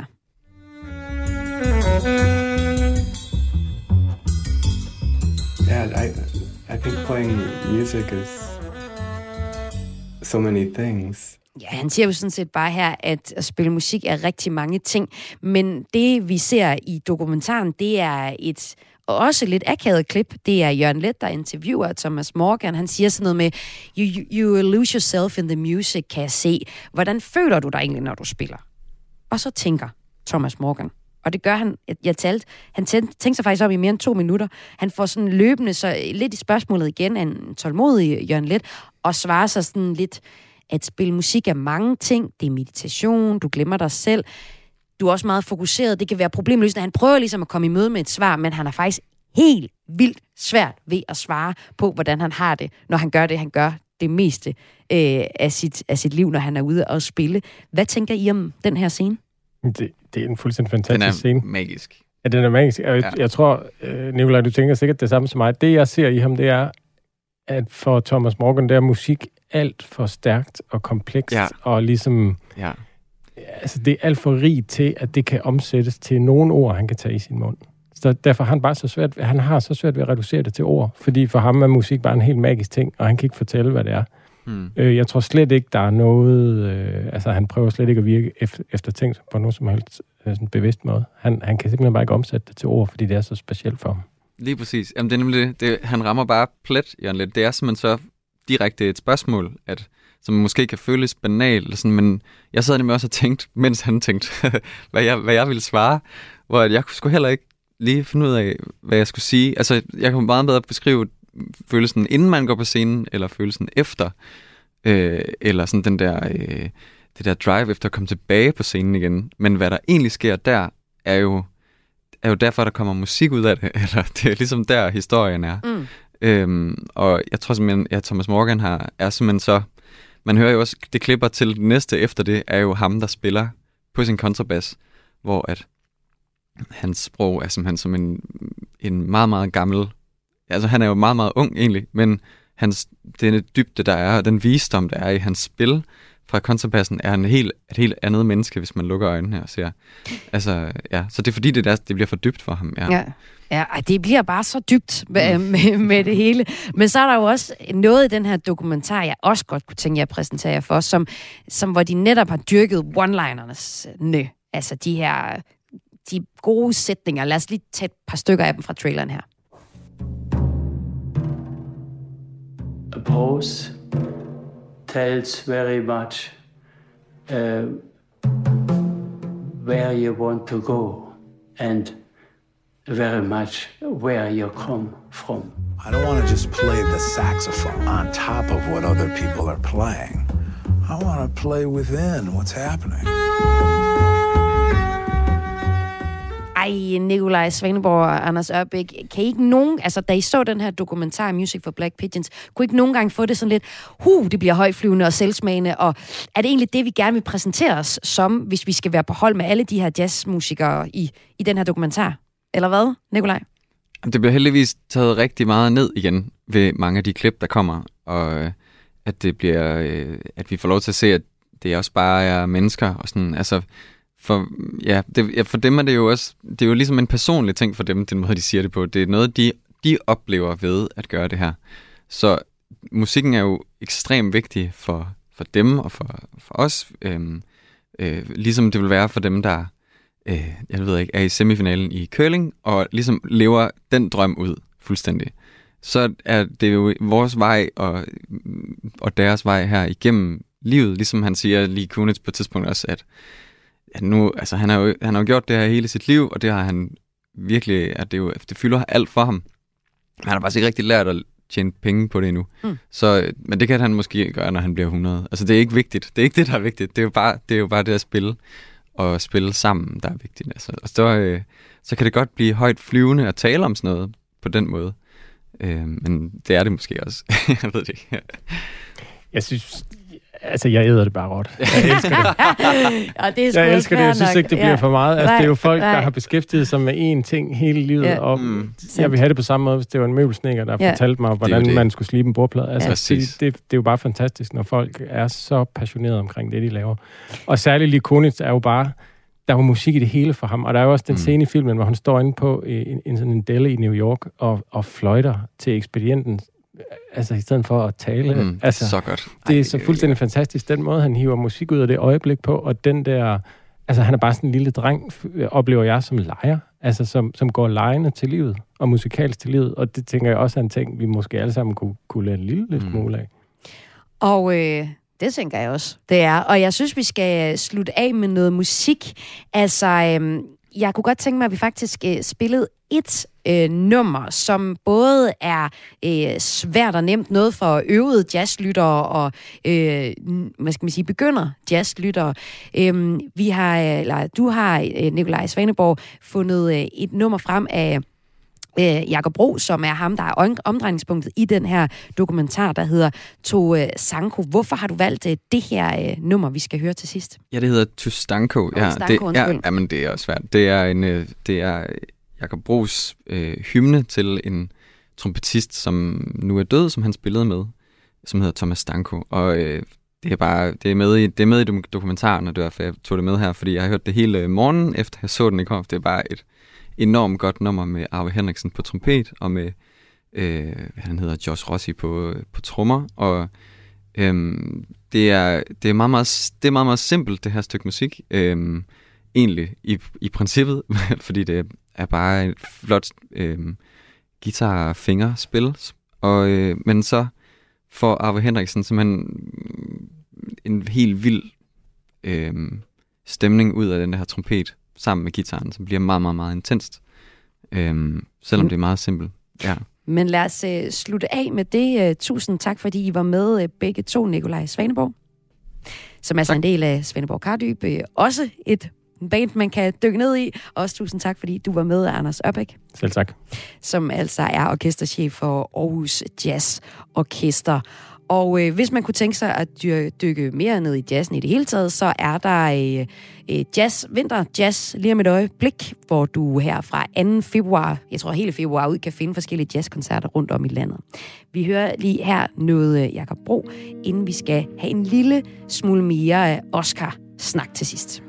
Yeah, I, I think playing music is so many things. Ja, han siger jo sådan set bare her, at at spille musik er rigtig mange ting, men det vi ser i dokumentaren, det er et og også lidt akavet klip. Det er Jørgen Leth, der interviewer Thomas Morgan. Han siger sådan noget med, you, you, you lose yourself in the music, kan jeg se. Hvordan føler du dig egentlig, når du spiller? Og så tænker Thomas Morgan. Og det gør han, jeg talte, han tænkte sig faktisk op i mere end to minutter. Han får sådan løbende, så lidt i spørgsmålet igen, en tålmodig Jørgen Leth, og svarer sig sådan lidt, at spille musik er mange ting. Det er meditation, du glemmer dig selv. Du er også meget fokuseret. Det kan være problemløsende. Han prøver ligesom at komme i møde med et svar, men han har faktisk helt vildt svært ved at svare på, hvordan han har det, når han gør det, han gør det meste øh, af, sit, af sit liv, når han er ude og spille. Hvad tænker I om den her scene? Det, det er en fuldstændig fantastisk scene. Den er scene. Magisk. Ja, den er magisk. Jeg, ja. jeg tror, øh, Nikolaj, du tænker sikkert det samme som mig. Det, jeg ser i ham, det er, at for Thomas Morgan, der er musik alt for stærkt og komplekst, ja. og ligesom... Ja. Altså, det er alt for rigt til, at det kan omsættes til nogle ord, han kan tage i sin mund. Så derfor har han bare så svært, han har så svært ved at reducere det til ord, fordi for ham er musik bare en helt magisk ting, og han kan ikke fortælle, hvad det er. Hmm. Øh, jeg tror slet ikke, der er noget... Øh, altså, han prøver slet ikke at virke efter, efter ting på nogen som helst øh, sådan bevidst måde. Han, han kan simpelthen bare ikke omsætte det til ord, fordi det er så specielt for ham. Lige præcis. Jamen, det er nemlig det. det han rammer bare plet, Jørgen Leth. Det er simpelthen så direkte et spørgsmål, at som måske kan føles banalt, sådan, men jeg sad nemlig også og tænkte, mens han tænkte, hvad, jeg, hvad jeg ville svare, hvor jeg skulle heller ikke lige finde ud af, hvad jeg skulle sige. Altså, jeg kan meget bedre beskrive følelsen, inden man går på scenen, eller følelsen efter, øh, eller sådan den der, øh, det der drive efter at komme tilbage på scenen igen. Men hvad der egentlig sker der, er jo, er jo derfor, der kommer musik ud af det, eller det er ligesom der, historien er. Mm. Øhm, og jeg tror simpelthen, at Thomas Morgan har, er simpelthen så... Man hører jo også, det klipper til det næste efter det, er jo ham, der spiller på sin kontrabas, hvor at hans sprog er simpelthen som en, en meget, meget gammel... Altså, han er jo meget, meget ung egentlig, men hans, den dybde, der er, og den visdom, der er i hans spil fra kontrabassen, er en helt, et helt andet menneske, hvis man lukker øjnene og ser. Altså, ja, så det er fordi, det, der, det bliver for dybt for ham. Ja. Ja. Ja, det bliver bare så dybt med, med, med det hele. Men så er der jo også noget i den her dokumentar, jeg også godt kunne tænke jer at præsentere jer for, som, som hvor de netop har dyrket one-linernes, altså de her de gode sætninger. Lad os lige tage et par stykker af dem fra traileren her. A pose tells very much uh, where you want to go and very much where you come from. I don't want to just play the saxophone on top of what other people are playing. I want to play within what's happening. Ej, Nikolaj Svaneborg og Anders Ørbæk, kan I ikke nogen, altså da I så den her dokumentar Music for Black Pigeons, kunne I ikke nogen gange få det sådan lidt, huh, det bliver højflyvende og selvsmagende, og er det egentlig det, vi gerne vil præsentere os som, hvis vi skal være på hold med alle de her jazzmusikere i, i den her dokumentar? Eller hvad, Nikolaj? Det bliver heldigvis taget rigtig meget ned igen ved mange af de klip, der kommer, og at det bliver, at vi får lov til at se, at det også bare er mennesker og sådan, altså for, ja, det, ja, for dem er det jo også, det er jo ligesom en personlig ting for dem, den måde, de siger det på. Det er noget, de, de oplever ved at gøre det her. Så musikken er jo ekstremt vigtig for, for dem og for, for os, øhm, øh, ligesom det vil være for dem, der øh, jeg ved ikke, er i semifinalen i curling, og ligesom lever den drøm ud fuldstændig. Så er det jo vores vej og, og deres vej her igennem livet, ligesom han siger lige Kunitz på et tidspunkt også, at Ja, nu, altså, han har jo han har jo gjort det her hele sit liv, og det har han virkelig, at det, jo, det fylder alt for ham. Han har faktisk ikke rigtig lært at tjene penge på det endnu. Mm. Så, men det kan han måske gøre, når han bliver hundrede. Altså, det er ikke vigtigt. Det er ikke det, der er vigtigt. Det er jo bare det, er jo bare det at spille, og spille sammen, der er vigtigt. Altså, og så, øh, så kan det godt blive højt flyvende at tale om sådan noget på den måde. Øh, men det er det måske også. Jeg ved det ikke. Jeg synes... Altså, jeg æder det bare råt. Jeg elsker det. Og det er jeg elsker det. Jeg synes ikke, det bliver ja. for meget. Altså, nej, det er jo folk, nej. der har beskæftiget sig med én ting hele livet, ja. og mm. jeg vil have det på samme måde, hvis det var en møbelsnedker, der ja. fortalte mig, hvordan det det. man skulle slibe en bordplade. Altså, ja. det, det, det er jo bare fantastisk, når folk er så passionerede omkring det, de laver. Og særligt lige Kunitz er jo bare, der er jo musik i det hele for ham, og der er jo også den mm. scene i filmen, hvor han står inde på en, en sådan en deli i New York og, og fløjter til ekspedienten, altså i stedet for at tale. Mm, altså, så godt. Ej, det er så fuldstændig fantastisk, den måde, han hiver musik ud af det øjeblik på, og den der, altså han er bare sådan en lille dreng, oplever jeg som lejer, altså som, som går lejende til livet, og musikalsk til livet, og det tænker jeg også er en ting, vi måske alle sammen kunne, kunne lade en lille mm. smule af. Og øh, det tænker jeg også, det er. Og jeg synes, vi skal slutte af med noget musik. Altså, øh, jeg kunne godt tænke mig, at vi faktisk øh, spillede et øh, nummer, som både er øh, svært og nemt, noget for øvede jazzlyttere og, øh, hvad skal man sige, begynder jazzlyttere. Øh, vi har, eller du har, øh, Nikolaj Svaneborg, fundet øh, et nummer frem af øh, Jakob Bro, som er ham, der er omdrejningspunktet i den her dokumentar, der hedder To øh, Sanko. Hvorfor har du valgt øh, det her øh, nummer, vi skal høre til sidst? Ja, det hedder To Stanko. Ja, Stanko, det, ja, ja, men det er også svært. Det er en, øh, det er Jakob Bros øh, hymne til en trompetist, som nu er død, som han spillede med, som hedder Thomas Stanko. Og øh, det er bare det er med i det er med i dokumentaren, og det er derfor jeg tog det med her, fordi jeg har hørt det hele morgen efter jeg så den i går. Det er bare et enormt godt nummer med Arve Henriksen på trompet og med øh, han hedder Josh Rossi på på trommer, og øh, det er det er meget meget det er meget meget simpelt, det her stykke musik. Øh, egentlig i i princippet, fordi det er bare et flot øh, guitar-fingerspil, og øh, men så får Arve Henriksen simpelthen en helt vild øh, stemning ud af den her trompet sammen med guitaren, som bliver meget, meget, meget intenst, øh, selvom mm. det er meget simpelt. Ja. Men lad os uh, slutte af med det. Uh, tusind tak, fordi I var med uh, begge to, Nikolaj Svaneborg, som er altså en del af Svaneborg Kardyb. Uh, også et band, man kan dykke ned i. Også tusind tak, fordi du var med, Anders Ørbæk. Selv tak. Som altså er orkesterchef for Aarhus Jazz Orkester. Og øh, hvis man kunne tænke sig at dy- dykke mere ned i jazzen i det hele taget, så er der øh, jazz, vinter jazz lige om et øjeblik, hvor du her fra anden februar, jeg tror hele februar ud, kan finde forskellige jazzkoncerter rundt om i landet. Vi hører lige her noget Jakob Bro, inden vi skal have en lille smule mere Oscar-snak til sidst.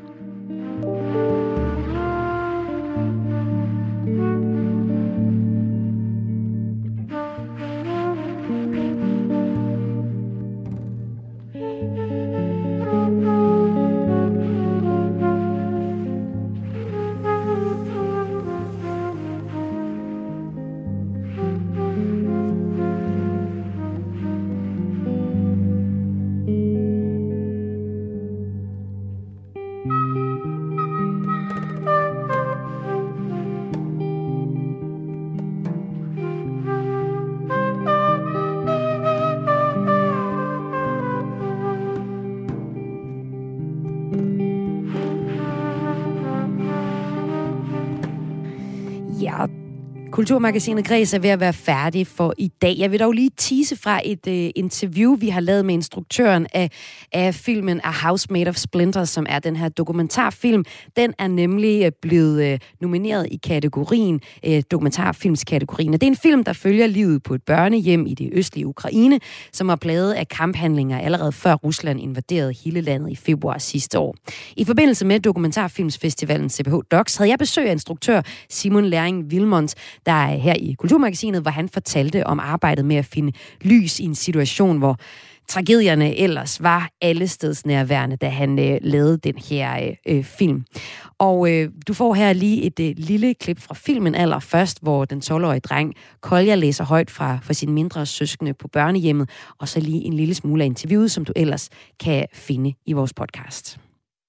Kulturmagasinet Græs er ved at være færdig for i dag. Jeg vil dog lige tease fra et uh, interview, vi har lavet med instruktøren af, af filmen A House Made of Splinters, som er den her dokumentarfilm. Den er nemlig uh, blevet uh, nomineret i kategorien, uh, dokumentarfilmskategorien. Det er en film, der følger livet på et børnehjem i det østlige Ukraine, som var plaget af kamphandlinger allerede før Rusland invaderede hele landet i februar sidste år. I forbindelse med dokumentarfilmsfestivalen C P H Docs havde jeg besøg af instruktør Simon Læring Vilmont, der er her i Kulturmagasinet, hvor han fortalte om arbejdet med at finde lys i en situation, hvor tragedierne ellers var allestedsnærværende, da han øh, lavede den her øh, film. Og øh, du får her lige et øh, lille klip fra filmen allerførst, hvor den tolv-årige dreng Kolja læser højt fra for sine mindre søskende på børnehjemmet, og så lige en lille smule af interviewet, som du ellers kan finde i vores podcast.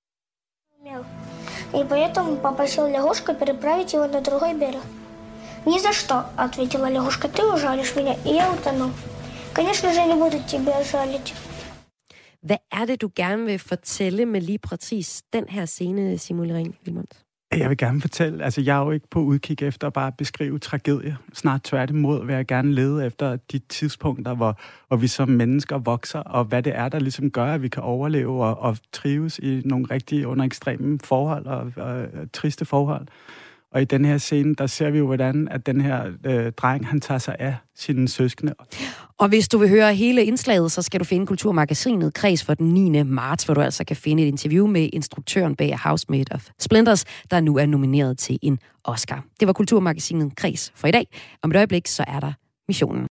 И поэтому попросил лягушку переправить его на другой берег. «Ни за что», — ответила лягушка, — «ты ужалишь меня, и я утону. Конечно же, не буду тебя жалить». Hvad er det, du gerne vil fortælle med lige præcis den her scene, Simon Læring Vilmont? Jeg vil gerne fortælle, altså jeg er jo ikke på udkig efter at bare beskrive tragedie. Snart tværtimod vil jeg gerne lede efter de tidspunkter, hvor, hvor vi som mennesker vokser, og hvad det er, der ligesom gør, at vi kan overleve og, og trives i nogle rigtig under ekstreme forhold og, og, og triste forhold. Og i den her scene, der ser vi jo, hvordan at den her øh, dreng, han tager sig af sine søskende. Og hvis du vil høre hele indslaget, så skal du finde Kulturmagasinet Kreds for den niende marts, hvor du altså kan finde et interview med instruktøren bag A House Made of Splinters, der nu er nomineret til en Oscar. Det var Kulturmagasinet Kreds for i dag. Om et øjeblik, så er der missionen.